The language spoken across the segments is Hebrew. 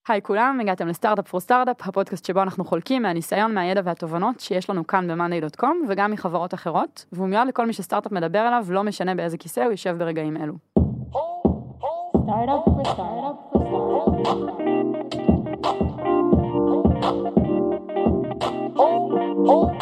היי כולם, הגעתם לסטארט-אפ פור סטארט-אפ, הפודקאסט שבו אנחנו חולקים מהניסיון, מהידע והתובנות שיש לנו כאן ב-monday.com וגם מחברות אחרות, והוא מיועד לכל מי שסטארט-אפ מדבר עליו, לא משנה באיזה כיסא הוא יושב ברגעים אלו. סטארט-אפ פור סטארט-אפ פור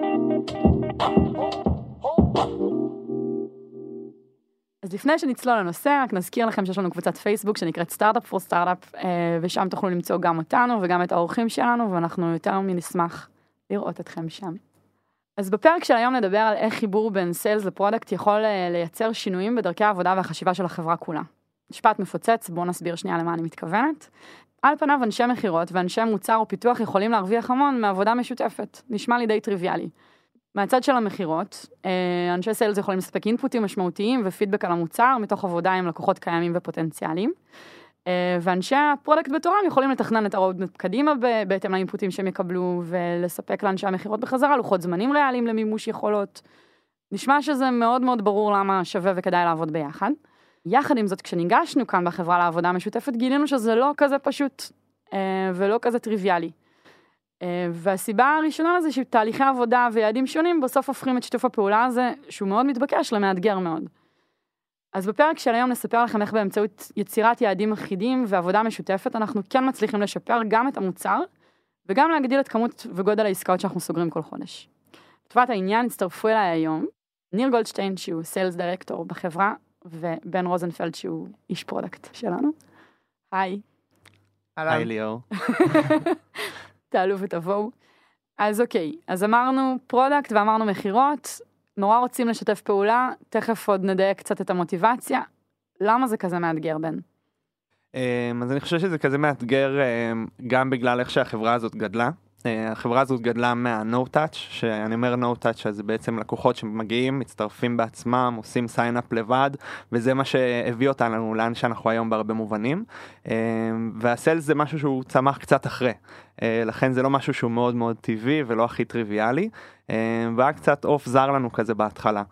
אז לפני שנצלול לנושא, רק נזכיר לכם שיש לנו קבוצת פייסבוק שנקראת סטארט-אפ פור סטארט-אפ, ושם תוכלו למצוא גם אותנו וגם את האורחים שלנו, ואנחנו יותר מנשמח לראות אתכם שם. אז בפרק של היום נדבר על איך חיבור בין סיילס לפרודקט יכול לייצר שינויים בדרכי העבודה והחשיבה של החברה כולה. משפט מפוצץ, בואו נסביר שנייה למה אני מתכוונת. על פניו אנשי מחירות ואנשי מוצר או פיתוח יכולים להרוויח המון מעבודה משותפת. נשמע לי די טריוויאלי. מהצד של המחירות, אנשי סיילס יכולים לספק אינפוטים משמעותיים ופידבק על המוצר מתוך עבודה עם לקוחות קיימים ופוטנציאליים. ואנשי הפרודקט בתורם יכולים לתכנן את הרודמפ קדימה בהתאם לאינפוטים שהם יקבלו ולספק לאנשי המחירות בחזרה, לוחות זמנים ריאליים למימוש יכולות. נשמע שזה מאוד מאוד ברור למה שווה וכדאי לעבוד ביחד. יחד עם זאת, כשניגשנו כאן בחברה לעבודה המשותפת, גילינו שזה לא כזה פשוט ולא כזה טריוויאלי. והסיבה הראשונה לזה שתהליכי עבודה ויעדים שונים בסוף הופכים את שיתוף הפעולה הזה, שהוא מאוד מתבקש, למאתגר מאוד. אז בפרק של היום נספר לכם איך באמצעות יצירת יעדים אחידים ועבודה משותפת, אנחנו כן מצליחים לשפר גם את המוצר, וגם להגדיל את כמות וגודל העסקאות שאנחנו סוגרים כל חודש. לטובת העניין הצטרפו אליי היום ניר גולדשטיין, שהוא סיילס דירקטור בחברה, ובן רוזנפלד, שהוא איש פרודקט שלנו. היי. היי ליאור. תעלו ותבואו. אז אוקיי, אז אמרנו פרודקט ואמרנו מחירות, נורא רוצים לשתף פעולה, תכף עוד נדייק קצת את המוטיבציה. למה זה כזה מאתגר, בן? אז אני חושב שזה כזה מאתגר גם בגלל איך שהחברה הזאת גדלה. החברה הזאת גדלה מה-No-Touch, שאני אומר No-Touch, אז זה בעצם לקוחות שמגיעים, מצטרפים בעצמם, עושים sign-up לבד, וזה מה שהביא אותנו לאן שאנחנו היום בהרבה מובנים. והסלס זה משהו שהוא צמח קצת אחרי, לכן זה לא משהו שהוא מאוד מאוד טבעי ולא הכי טריוויאלי, והיה קצת אוף זר לנו כזה בהתחלה.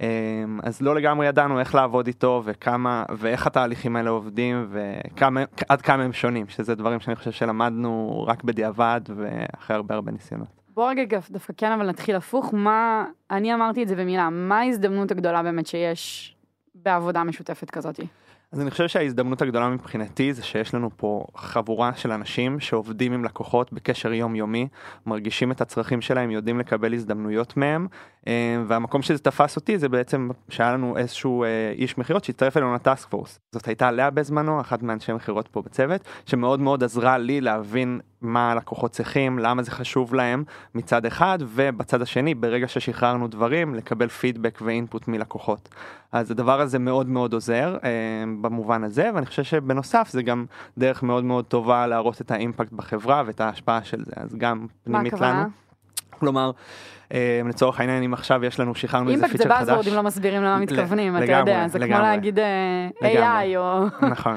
אז לא לגמרי ידענו איך לעבוד איתו ואיך התהליכים האלה עובדים ועד כמה הם שונים, שזה דברים שאני חושב שלמדנו רק בדיעבד ואחרי הרבה ניסיונות. בוא רגע דווקא כן, אבל נתחיל הפוך. אני אמרתי את זה במילה, מה ההזדמנות הגדולה באמת שיש בעבודה משותפת כזאת? אז אני חושב שההזדמנות הגדולה מבחינתי זה שיש לנו פה חבורה של אנשים שעובדים עם לקוחות בקשר יומיומי, מרגישים את הצרכים שלהם, יודעים לקבל הזדמנויות מהם, והמקום שזה תפס אותי זה בעצם שהיה לנו איזשהו איש מחירות שהצטרף אלינו לטאסק פורס. זאת הייתה לאה בזמנו, אחת מאנשי מחירות פה בצוות, שמאוד מאוד עזרה לי להבין מה הלקוחות צריכים, למה זה חשוב להם מצד אחד, ובצד השני, ברגע ששחררנו דברים, לקבל פידבק ואינפוט מלקוחות. אז הדבר הזה מאוד מאוד עוזר במובן הזה, ואני חושב שבנוסף זה גם דרך מאוד מאוד טובה להראות את האימפקט בחברה ואת ההשפעה של זה, אז גם פנימית לנו. כלומר, לצורך העניין, אם עכשיו יש לנו, שחררנו איזה פיצ'ר חדש. אימפקט זה באזוורד, אם לא מסבירים למה מתכוונים, אתה יודע, זה כמו להגיד AI או... נכון.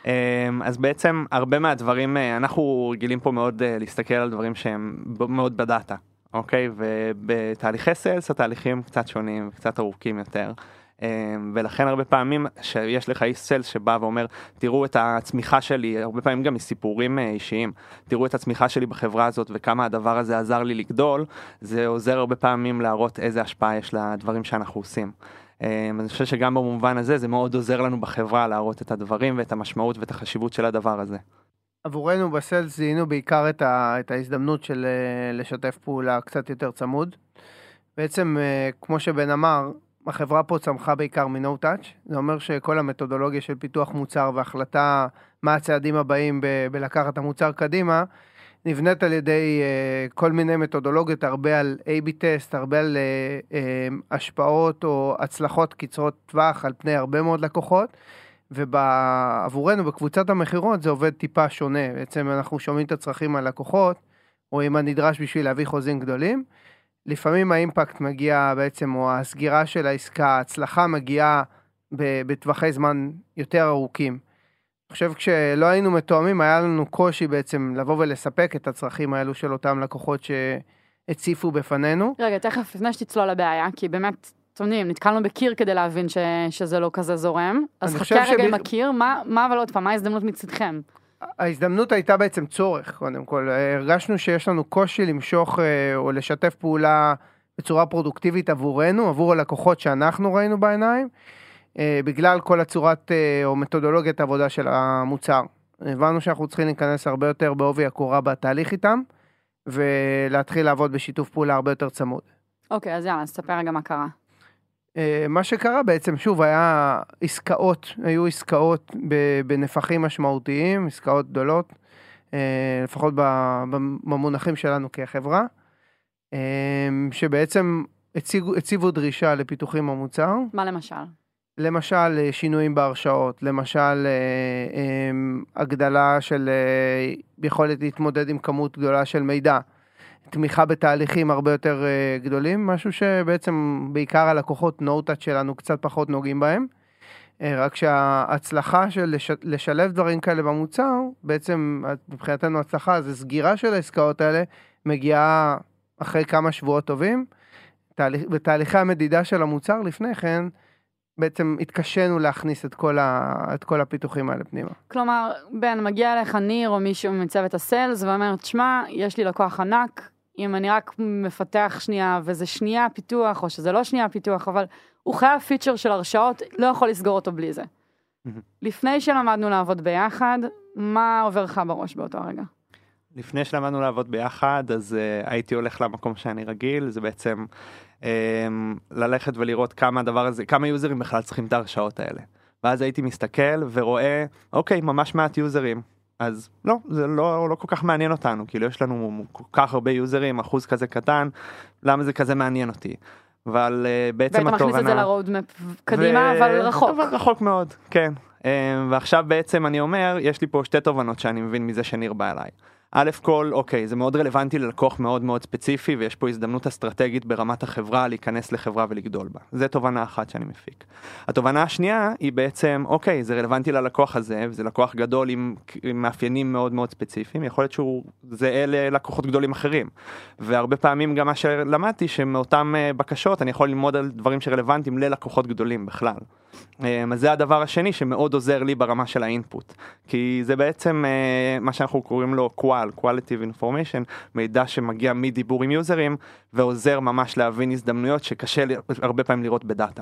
אז בעצם הרבה מהדברים, אנחנו רגילים פה מאוד להסתכל על דברים שהם מאוד בדאטה, אוקיי? ובתהליכי סיילס התהליכים קצת שונים, קצת ארוכים יותר. ולכן הרבה פעמים שיש לך איש סיילס שבא ואומר, תראו את הצמיחה שלי, הרבה פעמים גם מסיפורים אישיים, תראו את הצמיחה שלי בחברה הזאת וכמה הדבר הזה עזר לי לגדול, זה עוזר הרבה פעמים להראות איזה השפעה יש לדברים שאנחנו עושים. אני חושב שגם במובן הזה זה מאוד עוזר לנו בחברה להראות את הדברים ואת המשמעות ואת החשיבות של הדבר הזה. עבורנו בסיילס זיהינו בעיקר את ההזדמנות של לשתף פעולה קצת יותר צמוד. בעצם כמו שבן אמר, החברה פה צמחה בעיקר מ-No-Touch, זה אומר שכל המתודולוגיה של פיתוח מוצר והחלטה מה הצעדים הבאים בלקחת המוצר קדימה, נבנית על ידי כל מיני מתודולוגיות, הרבה על A-B טסט, הרבה על השפעות או הצלחות קצרות טווח על פני הרבה מאוד לקוחות, ועבורנו בקבוצת המחירות זה עובד טיפה שונה, בעצם אנחנו שומעים את הצרכים על לקוחות, רואים מה נדרש בשביל להביא חוזים גדולים, לפעמים האימפקט מגיע בעצם, או הסגירה של העסקה, ההצלחה מגיעה בטווחי זמן יותר ארוכים. אני חושב כשלא היינו מתואמים, היה לנו קושי בעצם לבוא ולספק את הצרכים האלו של אותם לקוחות שהציפו בפנינו. רגע, תכף לפני שתצלול לבעיה, כי באמת, אתם יודעים, נתקלנו בקיר כדי להבין שזה לא כזה זורם. אז חכה רגע עם הקיר, מה אבל עוד פעם, מה ההזדמנות מצדכם? ההזדמנות הייתה בעצם צורך, קודם כל. הרגשנו שיש לנו קושי למשוך או לשתף פעולה בצורה פרודוקטיבית עבורנו, עבור הלקוחות שאנחנו ראינו בעיניים, בגלל כל הצורת או מתודולוגיית העבודה של המוצר. הבנו שאנחנו צריכים להיכנס הרבה יותר בעובי הקורה בתהליך איתם, ולהתחיל לעבוד בשיתוף פעולה הרבה יותר צמוד. אוקיי, אז יאללה, ספר רגע מה קרה. מה שקרה בעצם, שוב, היו עסקאות בנפחים משמעותיים, עסקאות גדולות, לפחות במונחים שלנו כחברה, שבעצם הציבו דרישה לפיתוחים במוצר. מה למשל? למשל, שינויים בהרשאות, למשל, הגדלה של יכולת להתמודד עם כמות גדולה של מידע, תמיכה בתהליכים הרבה יותר גדולים, משהו שבעצם בעיקר הלקוחות נוטאץ' שלנו קצת פחות נוגעים בהם, רק שההצלחה של לשלב דברים כאלה במוצר, בעצם מבחינתנו הצלחה, זה סגירה של העסקאות האלה, מגיעה אחרי כמה שבועות טובים, בתהליכי המדידה של המוצר לפני כן, בעצם התקשנו להכניס את כל הפיתוחים האלה פנימה. כלומר, בן, מגיע אליך ניר או מישהו מצוות הסיילס, ואומר, תשמע, יש לי לקוח ענק, אם אני רק מפתח שנייה, וזה שנייה פיתוח, או שזה לא שנייה פיתוח, אבל הוא חייב פיצ'ר של הרשאות, לא יכול לסגור אותו בלי זה. לפני שלמדנו לעבוד ביחד, מה עובר לך בראש באותו רגע? לפני שלמדנו לעבוד ביחד, אז הייתי הולך למקום שאני רגיל, זה בעצם ללכת ולראות כמה הדבר הזה, כמה יוזרים בכלל צריכים את ההרשאות האלה. ואז הייתי מסתכל ורואה, אוקיי, ממש מעט יוזרים. אז לא, זה לא כל כך מעניין אותנו, כאילו יש לנו כל כך הרבה יוזרים, אחוז כזה קטן, למה זה כזה מעניין אותי? אבל בעצם התובנה... ואתה מכניס את זה לרודמפ קדימה, אבל רחוק. אבל רחוק מאוד, כן. ועכשיו בעצם אני אומר, יש לי פה שתי תובנות שאני מבין מזה שניר בא אליי. א' כל, אוקיי, זה מאוד רלוונטי ללקוח מאוד מאוד ספציפי, ויש פה הזדמנות אסטרטגית ברמת החברה להיכנס לחברה ולגדול בה. זה תובנה אחת שאני מפיק. התובנה השנייה היא בעצם, אוקיי, זה רלוונטי ללקוח הזה, וזה לקוח גדול עם מאפיינים מאוד מאוד ספציפיים, יכול להיות שהוא זהה ללקוחות גדולים אחרים. והרבה פעמים גם מה שלמדתי, שמאותם בקשות אני יכול ללמוד על דברים שרלוונטיים ללקוחות גדולים בכלל. אז זה הדבר השני שמאוד עוזר לי ברמה של האינפוט, כי זה בעצם מה שאנחנו קוראים לו Qualitative Information, מידע שמגיע מדיבור עם יוזרים, ועוזר ממש להבין הזדמנויות שקשה הרבה פעמים לראות בדאטה.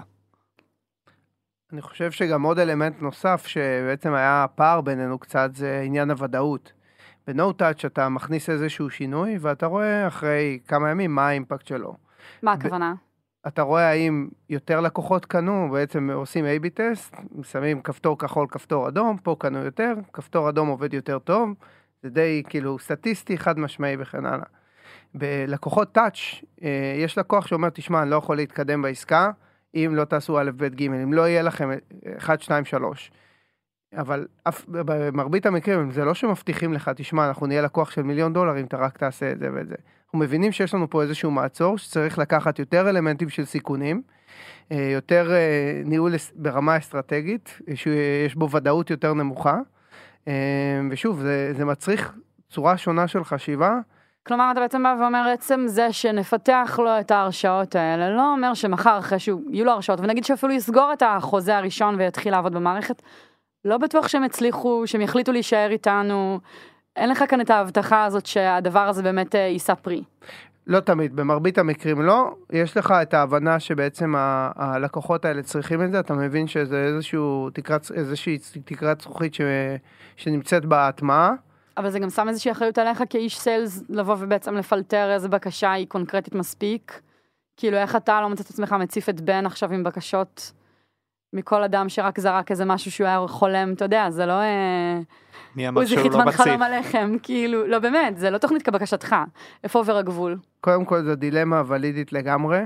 אני חושב שגם עוד אלמנט נוסף שבעצם היה פער בינינו קצת, זה עניין הוודאות. ב-NoTouch אתה מכניס איזשהו שינוי, ואתה רואה אחרי כמה ימים מה האימפקט שלו. מה הכוונה? אתה רואה האם יותר לקוחות קנו, בעצם עושים A-B טסט, שמים כפתור כחול, כפתור אדום, פה קנו יותר, כפתור אדום עובד יותר טוב, זה די כאילו סטטיסטי, חד משמעי וכן הלאה. בלקוחות טאץ' יש לקוח שאומר, תשמע, אני לא יכול להתקדם בעסקה, אם לא תעשו א', ב', ג', אם לא יהיה לכם 1, 2, 3. אבל במרבית המקרים, זה לא שמבטיחים לך, תשמע, אנחנו נהיה לקוח של $1,000,000 אם אתה רק תעשה את זה ואת זה. אנחנו מבינים שיש לנו פה איזשהו מעצור, שצריך לקחת יותר אלמנטים של סיכונים, יותר ניהול ברמה אסטרטגית, שיש בו ודאות יותר נמוכה, ושוב, זה מצריך צורה שונה של חשיבה. כלומר, אתה בעצם בא ואומר, עצם זה שנפתח לו את ההרשאות האלה, לא אומר שמחר אחרי שיהיו לו הרשאות, ונגיד שאפילו יסגור את החוזה הראשון ויתחיל לעבוד במערכת, לא בטוח שהם הצליחו, שהם יחליטו להישאר איתנו, אין לך כאן את ההבטחה הזאת שהדבר הזה באמת יישא פרי. לא תמיד, במרבית המקרים לא. יש לך את ההבנה שבעצם הלקוחות האלה צריכים את זה, אתה מבין שזה איזושהי תקרת זכוכית שנמצאת בהטמעה. אבל זה גם שם איזושהי אחריות עליך כאיש סיילס לבוא ובעצם לפלטר איזה בקשה היא קונקרטית מספיק. כאילו איך אתה לא מצאת את עצמך מציף את בן עכשיו עם בקשות מכל אדם שרק זרק איזה משהו שהוא היה חולם, אתה יודע, זה לא... הוא זכית מנחלום עליכם, כאילו, לא באמת, זה לא תוכנית כבקשתך. איפה עובר הגבול? קודם כל זו דילמה ולידית לגמרי,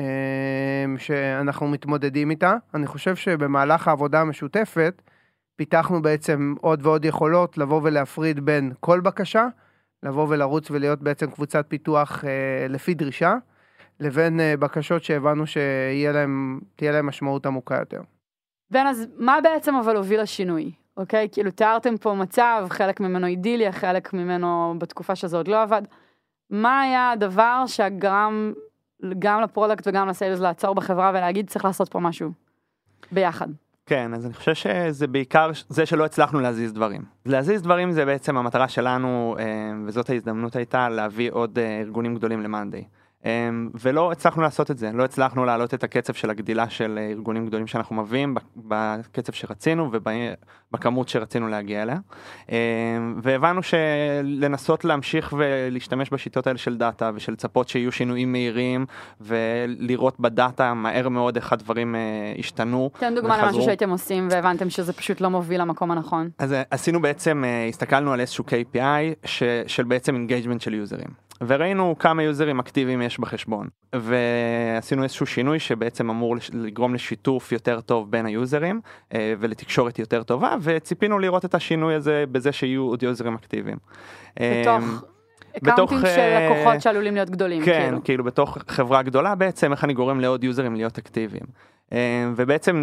שאנחנו מתמודדים איתה. אני חושב שבמהלך העבודה המשותפת, פיתחנו בעצם עוד ועוד יכולות לבוא ולהפריד בין כל בקשה, לבוא ולרוץ ולהיות בעצם קבוצת פיתוח לפי דרישה, לבין בקשות שהבנו שתהיה להם משמעות עמוקה יותר. בן, אז מה בעצם אבל הוביל לשינוי? אוקיי? כאילו תיארתם פה מצב, חלק ממנו אידיליה, חלק ממנו בתקופה שזה עוד לא עבד. מה היה הדבר שגרם גם לפרודקט וגם לסיילס לעצור בחברה ולהגיד צריך לעשות פה משהו ביחד? כן, אז אני חושב שזה בעיקר זה שלא הצלחנו להזיז דברים. להזיז דברים זה בעצם המטרה שלנו, וזאת ההזדמנות הייתה להביא עוד ארגונים גדולים למאנדיי. ולא הצלחנו לעשות את זה, לא הצלחנו להעלות את הקצב של הגדילה של ארגונים גדולים שאנחנו מביאים בקצב שרצינו ובכמות שרצינו להגיע אליה. והבנו שלנסות להמשיך ולהשתמש בשיטות האלה של דאטה ושל לצפות שיהיו שינויים מהירים ולראות בדאטה מהר מאוד איך הדברים השתנו. תן דוגמה למשהו שהייתם עושים והבנתם שזה פשוט לא מוביל למקום הנכון. אז עשינו בעצם, הסתכלנו על איזשהו KPI של בעצם אינגייג'מנט של יוזרים. וראינו כמה יוזרים אקטיביים יש בחשבון, ועשינו איזשהו שינוי שבעצם אמור לגרום לשיתוף יותר טוב בין היוזרים, ולתקשורת יותר טובה, וציפינו לראות את השינוי הזה בזה שיהיו עוד יוזרים אקטיביים. בתוך אקאונטינג של לקוחות שעלולים להיות גדולים. כן, כאילו בתוך חברה גדולה בעצם, איך אני גורם לעוד יוזרים להיות אקטיביים. ובעצם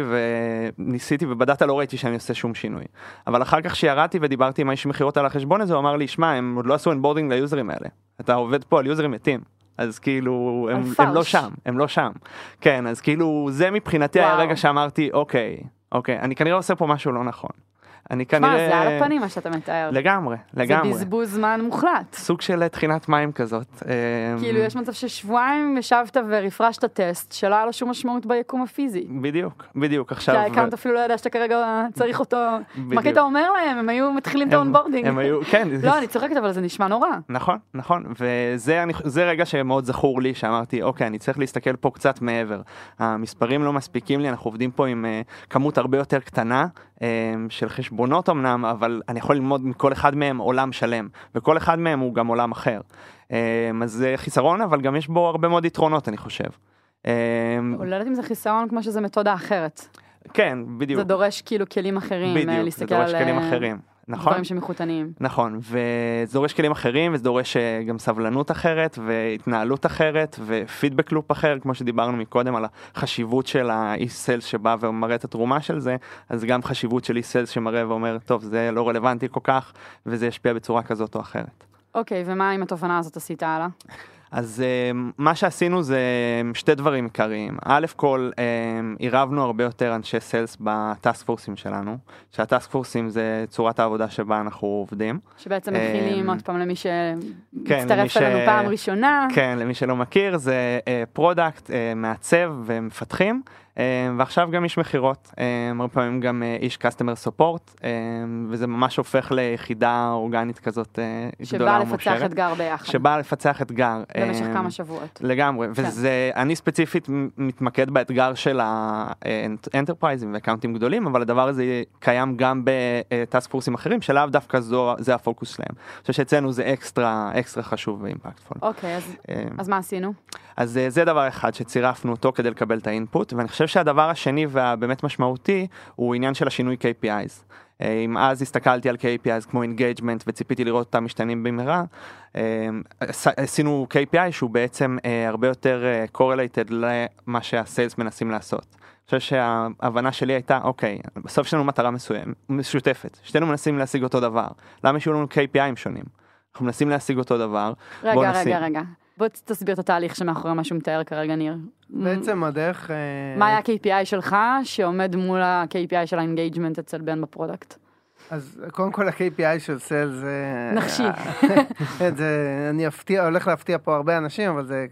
ניסיתי ובדאטה לא ראיתי שאני עושה שום שינוי. אבל אחר כך שירדתי ודיברתי עם האיש מכירות על החשבון הזה, הוא אמר לי, שמע, הם עוד לא עשו אונבורדינג ליוזרים האלה. אתה עובד פה על יוזרים מתים. אז כאילו, הם לא שם. כן, אז כאילו, זה מבחינתי היה רגע שאמרתי, אוקיי, אני כנראה עושה פה משהו לא נכון. זה על הפנים מה שאתה מתאר. לגמרי. זה בזבוז זמן מוחלט. סוג של תחינת מים כזאת. כאילו יש מצב ששבועיים ישבת ורפרשת טסט, שלא היה לו שום משמעות ביקום הפיזי. בדיוק. עכשיו... כי האקאונט אפילו לא ידע שאתה כרגע צריך אותו. מה כי אתה אומר להם? הם היו מתחילים את האונבורדינג. כן. לא, אני צוחקת, אבל זה נשמע נורא. נכון. וזה רגע שמאוד זכור לי, שאמרתי, אוקיי, אני צריך להסתכל פה קצת מעבר. המספרים לא מספיקים לי, אנחנו עובדים פה עם כמות הרבה יותר קטנה של חשבונות אמנם, אבל אני יכול ללמוד מכל אחד מהם עולם שלם, וכל אחד מהם הוא גם עולם אחר. אז זה חיסרון, אבל גם יש בו הרבה מאוד יתרונות, אני חושב. לא יודעת אם זה חיסרון כמו שזה מתודה אחרת. כן, בדיוק. זה דורש כאילו כלים אחרים, בדיוק, זה דורש כלים אחרים. נכון? דברים שמחותניים. נכון, וזה דורש כלים אחרים, וזה דורש גם סבלנות אחרת, והתנהלות אחרת, ופידבק לופ אחר, כמו שדיברנו מקודם על החשיבות של האיש סיילס שבא ומראה את התרומה של זה, אז גם חשיבות של איש סיילס שמראה ואומר, טוב, זה לא רלוונטי כל כך, וזה ישפיע בצורה כזאת או אחרת. אוקיי, ומה עם התובנה הזאת עשית הלאה? אז מה שעשינו זה שתי דברים עיקריים. א' כל, עירבנו הרבה יותר אנשי סיילס בטאסק פורסים שלנו, שהטאסק פורסים זה צורת העבודה שבה אנחנו עובדים. שבעצם מכילים עוד פעם למי שמצטרף אלינו פעם ראשונה. כן, למי שלא מכיר, זה פרודקט, מעצב ומפתחים. ועכשיו גם איש מחירות, הרבה פעמים גם איש customer support, וזה ממש הופך ליחידה אורגנית כזאת גדולה ומושרת. שבאה לפצח אתגר ביחד. שבאה לפצח אתגר. במשך כמה שבועות. לגמרי, וזה, אני ספציפית מתמקד באתגר של האנטרפרייזים ואקאונטים גדולים, אבל הדבר הזה קיים גם בטאסק פורסים אחרים, שלאו דווקא זה הפוקוס שלהם. אני חושב שאצלנו זה אקסטרה חשוב ואימפקטפול. אוקיי, אז מה עשינו? אז זה דבר אחד שצירפנו אותו כדי לקבל את האינפוט, ואני חושב שהדבר השני והבאמת משמעותי הוא עניין של השינוי KPIs. אם אז הסתכלתי על KPIs כמו engagement וציפיתי לראות אותם משתנים במהרה, עשינו KPI שהוא בעצם הרבה יותר correlated למה שהסיילס מנסים לעשות. אני חושב שההבנה שלי הייתה, אוקיי, בסוף יש לנו מטרה משותפת, שתינו מנסים להשיג אותו דבר. למה יש לנו KPI'ים שונים? אנחנו מנסים להשיג אותו דבר. רגע. בוא תסביר את התהליך שמאחורי מה שהוא מתאר כרגע, ניר. בעצם הדרך... מה היה ה-KPI שלך שעומד מול ה-KPI של ה-engagement אצל בן בפרודקט? אז קודם כל ה-KPI של סל זה... נחשי. אני הולך להפתיע פה הרבה אנשים, אבל זה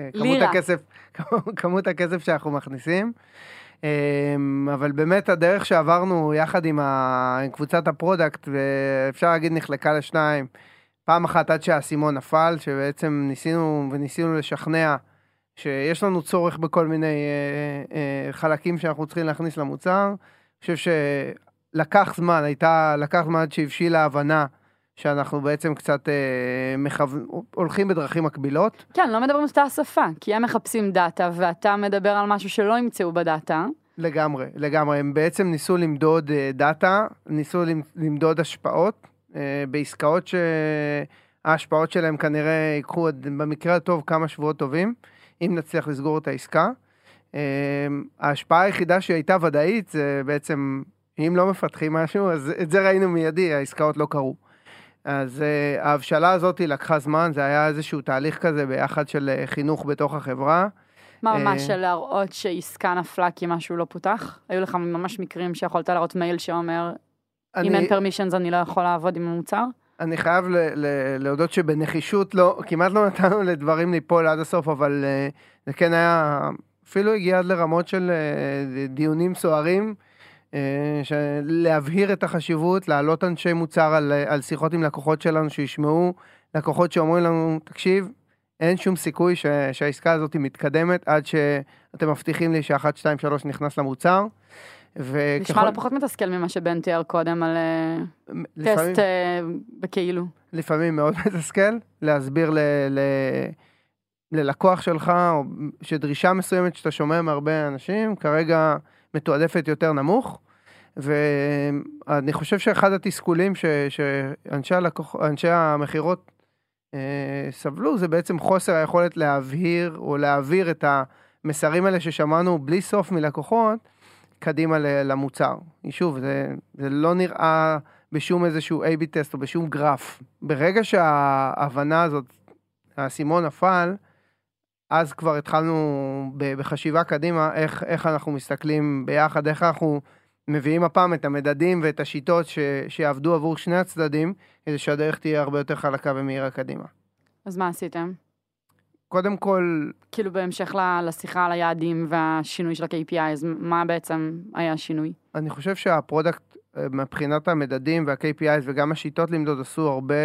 כמות הכסף שאנחנו מכניסים. אבל באמת הדרך שעברנו יחד עם קבוצת הפרודקט, ואפשר להגיד נחלקה לשניים, פעם אחת עד שהאסימון נפל, שבעצם ניסינו לשכנע שיש לנו צורך בכל מיני חלקים שאנחנו צריכים להכניס למוצר. אני חושב שלקח זמן עד שהבשילה ההבנה שאנחנו בעצם קצת הולכים בדרכים מקבילות. כן, לא מדברים את השפה, כי הם מחפשים דאטה, ואתה מדבר על משהו שלא ימצאו בדאטה. לגמרי. הם בעצם ניסו למדוד דאטה, ניסו למדוד השפעות, בעסקאות שההשפעות שלהם כנראה ייקחו במקרה הטוב כמה שבועות טובים, אם נצליח לסגור את העסקה. ההשפעה היחידה שהייתה ודאית, זה בעצם, אם לא מפתחים משהו, אז את זה ראינו מיידי, העסקאות לא קרו. אז ההבשלה הזאת לקחה זמן, זה היה איזשהו תהליך כזה ביחד של חינוך בתוך החברה. מה ממש להראות שעסקה נפלה כי משהו לא פותח? היו לך ממש מקרים שיכולת להראות מייל שאומר, אם אין פרמישנס אני לא יכול לעבוד עם המוצר? אני חייב להודות שבנחישות כמעט לא נתנו לדברים ליפול עד הסוף, אבל זה כן היה, אפילו הגיע עד לרמות של דיונים סוערים, להבהיר את החשיבות, להעלות אנשי מוצר על שיחות עם לקוחות שלנו שישמעו, לקוחות שאומרים לנו, תקשיב, אין שום סיכוי שהעסקה הזאת מתקדמת עד שאתם מבטיחים לי ש1, 2, 3 נכנס למוצר. נשמע לא פחות מתסכל ממה שבן תיאר קודם על טסט בכאילו. לפעמים מאוד מתסכל, להסביר ללקוח שלך, שדרישה מסוימת שאתה שומע מהרבה אנשים, כרגע מתועדפת יותר נמוך, ואני חושב שאחד התסכולים שאנשי המחירות סבלו, זה בעצם חוסר היכולת להבהיר או להעביר את המסרים האלה ששמענו בלי סוף מלקוחות, קדימה למוצר. שוב, זה לא נראה בשום איזשהו A-B טסט או בשום גרף. ברגע שההבנה הזאת, הסימון נפל, אז כבר התחלנו בחשיבה קדימה, איך אנחנו מסתכלים ביחד, איך אנחנו מביאים הפעם את המדדים ואת השיטות שיעבדו עבור שני הצדדים, כדי שהדרך תהיה הרבה יותר חלקה ומהירה קדימה. אז מה עשיתם? קודם כל... כאילו בהמשך לשיחה על היעדים והשינוי של ה-KPI, אז מה בעצם היה השינוי? אני חושב שהפרודקט, מבחינת המדדים וה-KPI וגם השיטות למדוד, עשו הרבה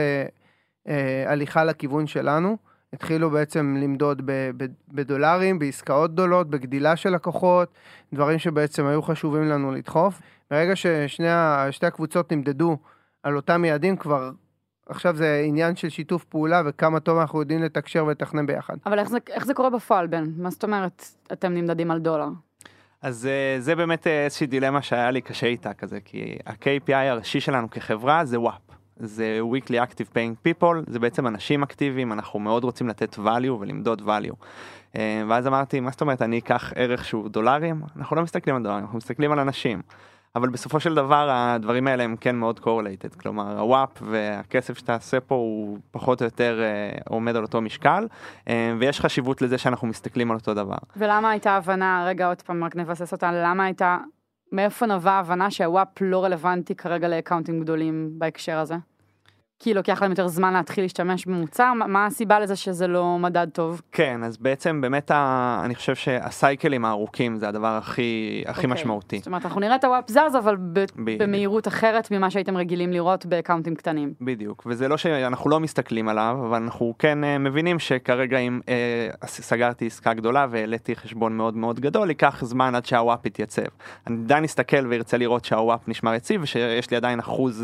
הליכה לכיוון שלנו. התחילו בעצם למדוד בדולרים, בעסקאות גדולות, בגדילה של לקוחות, דברים שבעצם היו חשובים לנו לדחוף. ברגע ששתי הקבוצות נמדדו על אותם יעדים, כבר עכשיו זה עניין של שיתוף פעולה, וכמה טוב אנחנו יודעים לתקשר ולתכנן ביחד. אבל איך זה קורה בפועל, בן? מה זאת אומרת, אתם נמדדים על דולר? אז זה באמת איזושהי דילמה שהיה לי קשה איתה כזה, כי ה-KPI הראשי שלנו כחברה זה WAP. זה Weekly Active Paying People, זה בעצם אנשים אקטיביים, אנחנו מאוד רוצים לתת value ולמדוד value. ואז אמרתי, מה זאת אומרת, אני אקח ערך שהוא דולרים? אנחנו לא מסתכלים על דולרים, אנחנו מסתכלים על אנשים. אבל בסופו של דבר, הדברים האלה הם כן מאוד correlated, כלומר, הוואפ והכסף שאתה עושה פה הוא פחות או יותר עומד על אותו משקל, ויש חשיבות לזה שאנחנו מסתכלים על אותו דבר. ולמה הייתה הבנה, רגע עוד פעם רק נבסס אותה, למה הייתה, מאיפה נבעה ההבנה שהוואפ לא רלוונטי כרגע לאקאונטים גדולים בהקשר הזה? כי לוקח להם יותר זמן להתחיל להשתמש במוצר, מה הסיבה לזה שזה לא מדד טוב? כן, אז בעצם באמת אני חושב שהסייקלים הארוכים זה הדבר הכי משמעותי. זאת אומרת, אנחנו נראה את הוואפ זז, אבל במהירות אחרת ממה שהייתם רגילים לראות באקאונטים קטנים. בדיוק, וזה לא שאנחנו לא מסתכלים עליו, אבל אנחנו כן מבינים שכרגע אם סגרתי עסקה גדולה והעליתי חשבון מאוד מאוד גדול, ייקח זמן עד שהוואפ יתייצב. אני עדיין אסתכל וירצה לראות שהוואפ נשמר יציב, ושיש לי עדיין אחוז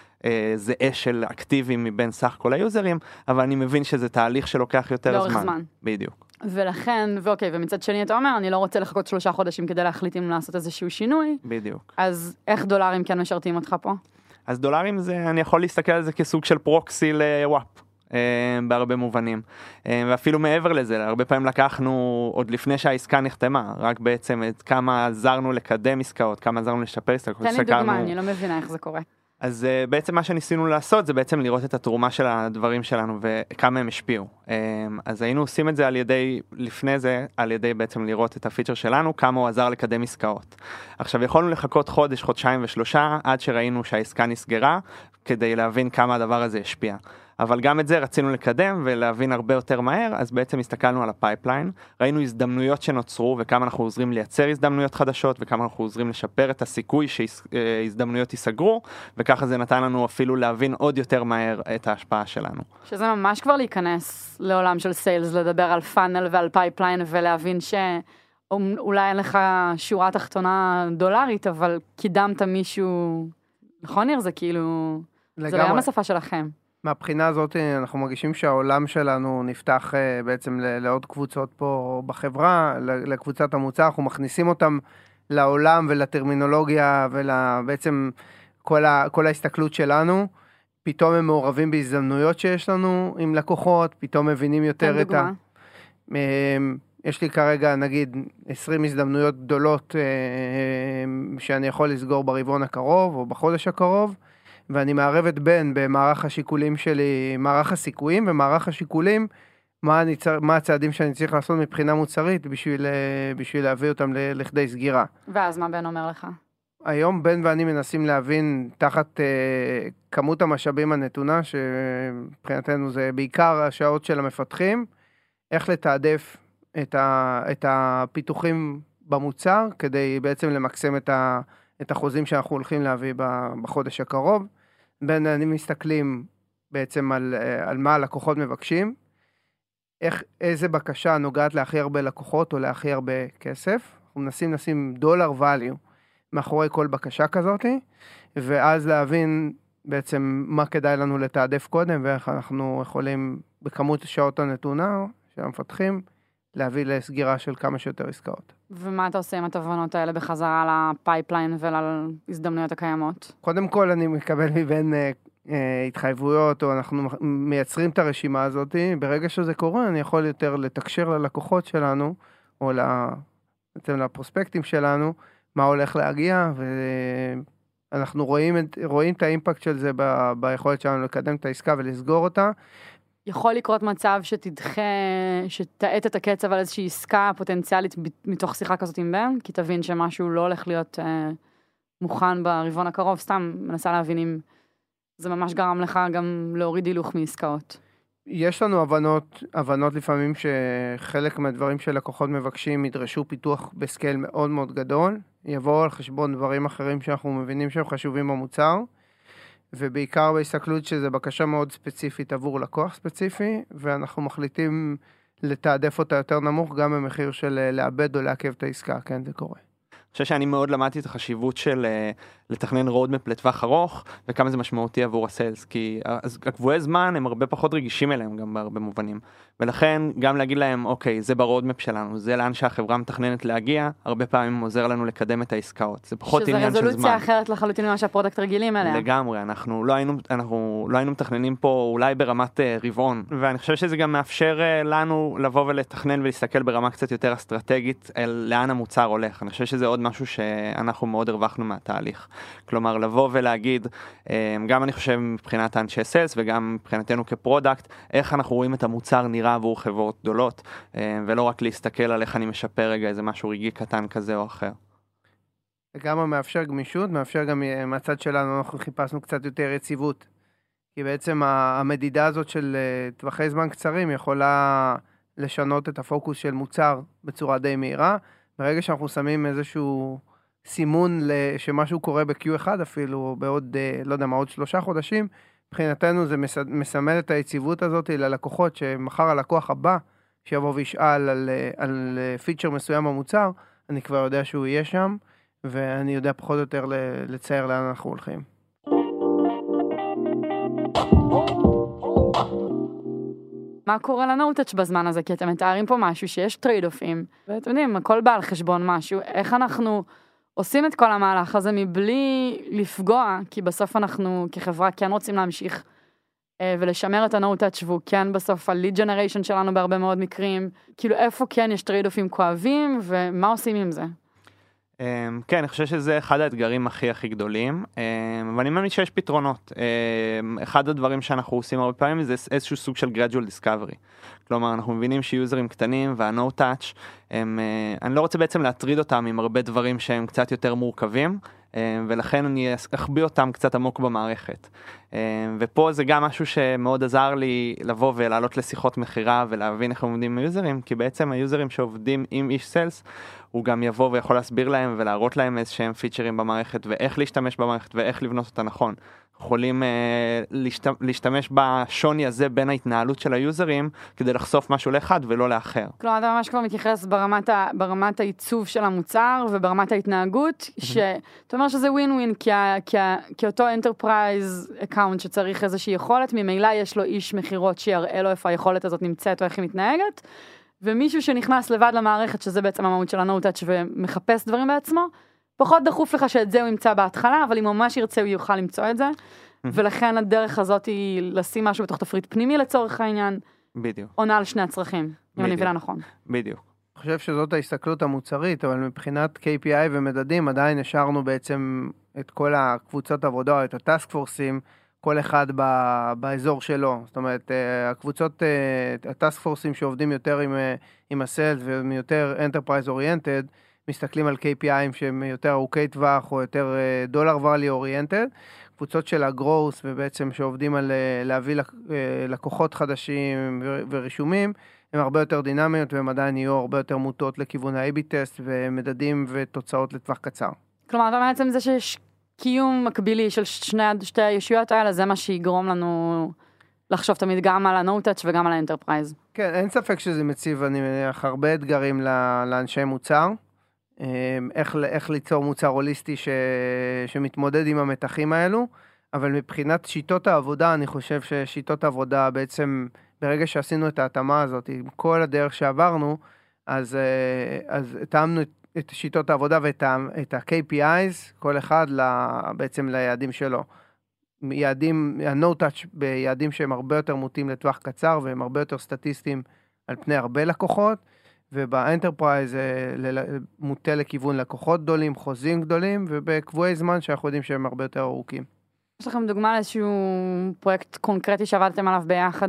זה של אקטיביים מבין סך כל היוזרים, אבל אני מבין שזה תהליך שלוקח יותר זמן. בדיוק. ולכן, ואוקיי, ומצד שני אתה אומר, אני לא רוצה לחכות 3 חודשים כדי להחליט אם לעשות איזשהו שינוי. בדיוק. אז איך דולרים כן משרתים אותך פה? אז דולרים זה, אני יכול להסתכל על זה כסוג של פרוקסי לוואפ. בהרבה מובנים. ואפילו מעבר לזה, הרבה פעמים לקחנו עוד לפני שהעסקה נחתמה, רק בעצם את כמה עזרנו לקדם עסקאות, כמה עזרנו לשפר עסקאות. תן לי דוגמה, אני לא מבינה איך זה קורה. אז בעצם מה שניסינו לעשות זה בעצם לראות את התרומה של הדברים שלנו וכמה הם השפיעו. אז היינו עושים את זה על ידי, לפני זה, על ידי בעצם לראות את הפיצ'ר שלנו, כמה הוא עזר לקדם עסקאות. עכשיו יכולנו לחכות חודש, חודשיים ו3 עד שראינו שהעסקה נסגרה, כדי להבין כמה הדבר הזה השפיע. אבל גם את זה רצינו לקדם ולהבין הרבה יותר מהר, אז בעצם הסתכלנו על הפייפליין, ראינו הזדמנויות שנוצרו וכמה אנחנו עוזרים לייצר הזדמנויות חדשות וכמה אנחנו עוזרים לשפר את הסיכוי שהזדמנויות ייסגרו, וככה זה נתן לנו אפילו להבין עוד יותר מהר את ההשפעה שלנו. שזה ממש כבר להיכנס לעולם של סיילס, לדבר על פאנל ועל פייפליין ולהבין שאולי אין לך שורה תחתונה דולרית, אבל קידמת מישהו, נכון ניר? זה כאילו, זה לא היה השפה שלכם. מהבחינה הזאת אנחנו מרגישים שהעולם שלנו נפתח בעצם לעוד קבוצות פה בחברה, לקבוצת המוצר, אנחנו מכניסים אותם לעולם ולטרמינולוגיה ולבעצם כל ההסתכלות שלנו, פתאום הם מעורבים בהזדמנויות שיש לנו עם לקוחות, פתאום מבינים יותר את ה... יש לי כרגע נגיד 20 הזדמנויות גדולות שאני יכול לסגור ברבעון הקרוב או בחודש הקרוב, ואני מערבת בין במערך השיקולים שלי, מערך הסיכויים ומערך השיקולים, מה הצעדים שאני צריך לעשות מבחינה מוצרית בשביל להביא אותם לכדי סגירה. ואז מה בן אומר לך? היום בן ואני מנסים להבין תחת כמות המשאבים הנתונה, שמבחינתנו זה בעיקר השעות של המפתחים, איך לתעדף את הפיתוחים במוצר, כדי בעצם למקסם את החוזים שאנחנו הולכים להביא בחודש הקרוב. בן ואני מסתכלים בעצם על מה הלקוחות מבקשים, איזה בקשה נוגעת להכי הרבה לקוחות או להכי הרבה כסף. אנחנו מנסים לשים דולר value מאחורי כל בקשה כזאת, ואז להבין בעצם מה כדאי לנו לתעדף קודם, ואיך אנחנו יכולים בכמות השעות הנתונה של המפתחים, להביא לסגירה של כמה שיותר עסקאות. ומה אתה עושה עם התובנות האלה בחזרה לפייפליין ולהזדמנויות הקיימות? קודם כל אני מקבל מבין התחייבויות, או אנחנו מייצרים את הרשימה הזאת. ברגע שזה קורה, אני יכול יותר לתקשר ללקוחות שלנו, או לפרוספקטים שלנו, מה הולך להגיע, ואנחנו רואים את האימפקט של זה ביכולת שלנו לקדם את העסקה ולסגור אותה. יכול לקרות מצב שתעט את הקצב על איזושהי עסקה פוטנציאלית מתוך שיחה כזאת עם בן, כי תבין שמשהו לא הולך להיות מוכן ברבעון הקרוב, סתם מנסה להבין אם זה ממש גרם לך גם להוריד הילוך מעסקאות. יש לנו הבנות לפעמים שחלק מהדברים שלקוחות מבקשים ידרשו פיתוח בסקייל מאוד מאוד גדול, יבואו על חשבון דברים אחרים שאנחנו מבינים שהם חשובים במוצר, ובעיקר בהסתכלות שזה בקשה מאוד ספציפית עבור לקוח ספציפי, ואנחנו מחליטים לתעדף אותה יותר נמוך גם במחיר של לאבד או לעכב את העסקה, כן, זה קורה. אני חושב שאני מאוד למדתי את החשיבות של לתכנן רודמפ לטווח ארוך, וכמה זה משמעותי עבור הסיילס, כי הקבועי זמן הם הרבה פחות רגישים אליהם גם בהרבה מובנים, ולכן גם להגיד להם, אוקיי, זה ברודמפ שלנו, זה לאן שהחברה מתכננת להגיע, הרבה פעמים עוזר לנו לקדם את העסקאות, זה פחות עניין של זמן. שזה רזולוציה אחרת לחלוטין ממה שהפרודקט רגילים אליה. לגמרי, אנחנו לא היינו מתכננים פה אולי ברמת רבעון, ואני חושב שזה גם מאפשר לנו לבוא ולתכנן ולהסתכל ברמה קצת יותר אסטרטגית על לאן המוצר הולך. אני חושב שזה עוד משהו שאנחנו מאוד הרווחנו מהתהליך. כלומר, לבוא ולהגיד, גם אני חושב מבחינת האנשי סיילס וגם מבחינתנו כפרודקט, איך אנחנו רואים את המוצר נראה עבור חברות גדולות, ולא רק להסתכל על איך אני משפר רגע איזה משהו רגעי קטן כזה או אחר. וגם מאפשר גמישות, מאפשר גם מהצד שלנו, אנחנו חיפשנו קצת יותר יציבות. כי בעצם המדידה הזאת של טווחי זמן קצרים יכולה לשנות את הפוקוס של מוצר בצורה די מהירה. ברגע שאנחנו שמים איזשהו סימון שמשהו קורה ב-Q1 אפילו, בעוד, לא יודע מה, עוד 3 חודשים, מבחינתנו זה מסמל את היציבות הזאת ללקוחות, שמחר הלקוח הבא שיבוא וישאל על פיצ'ר מסוים במוצר, אני כבר יודע שהוא יהיה שם, ואני יודע פחות או יותר לצייר לאן אנחנו הולכים. מה קורה לנוטאץ' בזמן הזה? כי אתם מתארים פה משהו שיש טרייד-אופים, ואתם יודעים, הכל בא על חשבון משהו, איך אנחנו עושים את כל המהלך הזה מבלי לפגוע, כי בסוף אנחנו כחברה כן רוצים להמשיך ולשמר את הנוטאץ' והוא כן בסוף ה-lead generation שלנו בהרבה מאוד מקרים, כאילו איפה כן יש טרייד-אופים כואבים ומה עושים עם זה? כן, אני חושב שזה אחד האתגרים הכי גדולים, ואני מאמין שיש פתרונות. אחד הדברים שאנחנו עושים הרבה פעמים זה איזשהו סוג של gradual discovery. כלומר, אנחנו מבינים שיוזרים קטנים וה-no touch, אני לא רוצה בעצם להטריד אותם עם הרבה דברים שהם קצת יותר מורכבים, ולכן אני אכביע אותם קצת עמוק במערכת. ופה זה גם משהו שמאוד עזר לי לבוא ולעלות לשיחות מחירה ולהבין איך הם עובדים עם היוזרים, כי בעצם היוזרים שעובדים עם איש סיילס, הוא גם יבוא ויכול להסביר להם ולהראות להם איזשהם פיצ'רים במערכת ואיך להשתמש במערכת ואיך לבנות אותה נכון. יכולים להשתמש בשוני הזה בין ההתנהלות של היוזרים כדי לחשוף משהו לאחד ולא לאחר. כלומר, אתה ממש כבר מתייחס ברמת העיצוב של המוצר וברמת ההתנהגות, שאתה אומר שזה ווין ווין, כי אותו enterprise account שצריך איזושהי יכולת, ממילא יש לו איש מחירות שיראה לו איפה היכולת הזאת נמצאת או איך היא מתנהגת, ומישהו שנכנס לבד למערכת, שזה בעצם המהות של ה-no-touch ומחפש דברים בעצמו, פחות דחוף לך שאת זה הוא ימצא בהתחלה, אבל אם ממש ירצה הוא יוכל למצוא את זה, ולכן הדרך הזאת היא לשים משהו בתוך תפריט פנימי לצורך העניין, בדיוק. עונה על שני הצרכים, אם אני מבינה נכון. בדיוק. אני חושב שזאת ההסתכלות המוצרית, אבל מבחינת KPI ומדדים, עדיין השארנו בעצם את כל הקבוצות עבודה, את הטאסק פורסים, כל אחד באזור שלו. זאת אומרת, הקבוצות, הטאסק פורסים שעובדים יותר עם הסיילס ויותר enterprise oriented, מסתכלים על KPI'ים שהם יותר ארוכי טווח או יותר דולר value oriented. קבוצות של הגרוס ובעצם שעובדים על להביא לקוחות חדשים ורישומים, הן הרבה יותר דינמיות והם עדיין יהיו הרבה יותר מוטות לכיוון ה-AB טסט ומדדים ותוצאות לטווח קצר. כלומר, בעצם זה שיש קיום מקבילי של שתי הישויות האלה, זה מה שיגרום לנו לחשוב תמיד גם על ה-No-Touch וגם על ה-Enterprise. כן, אין ספק שזה מציב, אני מניח, הרבה אתגרים לאנשי מוצר. איך ליצור מוצר הוליסטי שמתמודד עם המתחים האלו, אבל מבחינת שיטות העבודה, אני חושב ששיטות העבודה בעצם, ברגע שעשינו את ההתאמה הזאת, עם כל הדרך שעברנו, אז התאמנו את שיטות העבודה ואת ה-KPIs, כל אחד בעצם ליעדים שלו. ה-No-Touch ביעדים שהם הרבה יותר מוטים לטווח קצר, והם הרבה יותר סטטיסטיים על פני הרבה לקוחות, ובאנטרפרייז מוטה לכיוון לקוחות גדולים, חוזים גדולים, ובקבועי זמן שאנחנו יודעים שהם הרבה יותר ארוכים. יש לכם דוגמה לאיזשהו פרויקט קונקרטי שעבדתם עליו ביחד,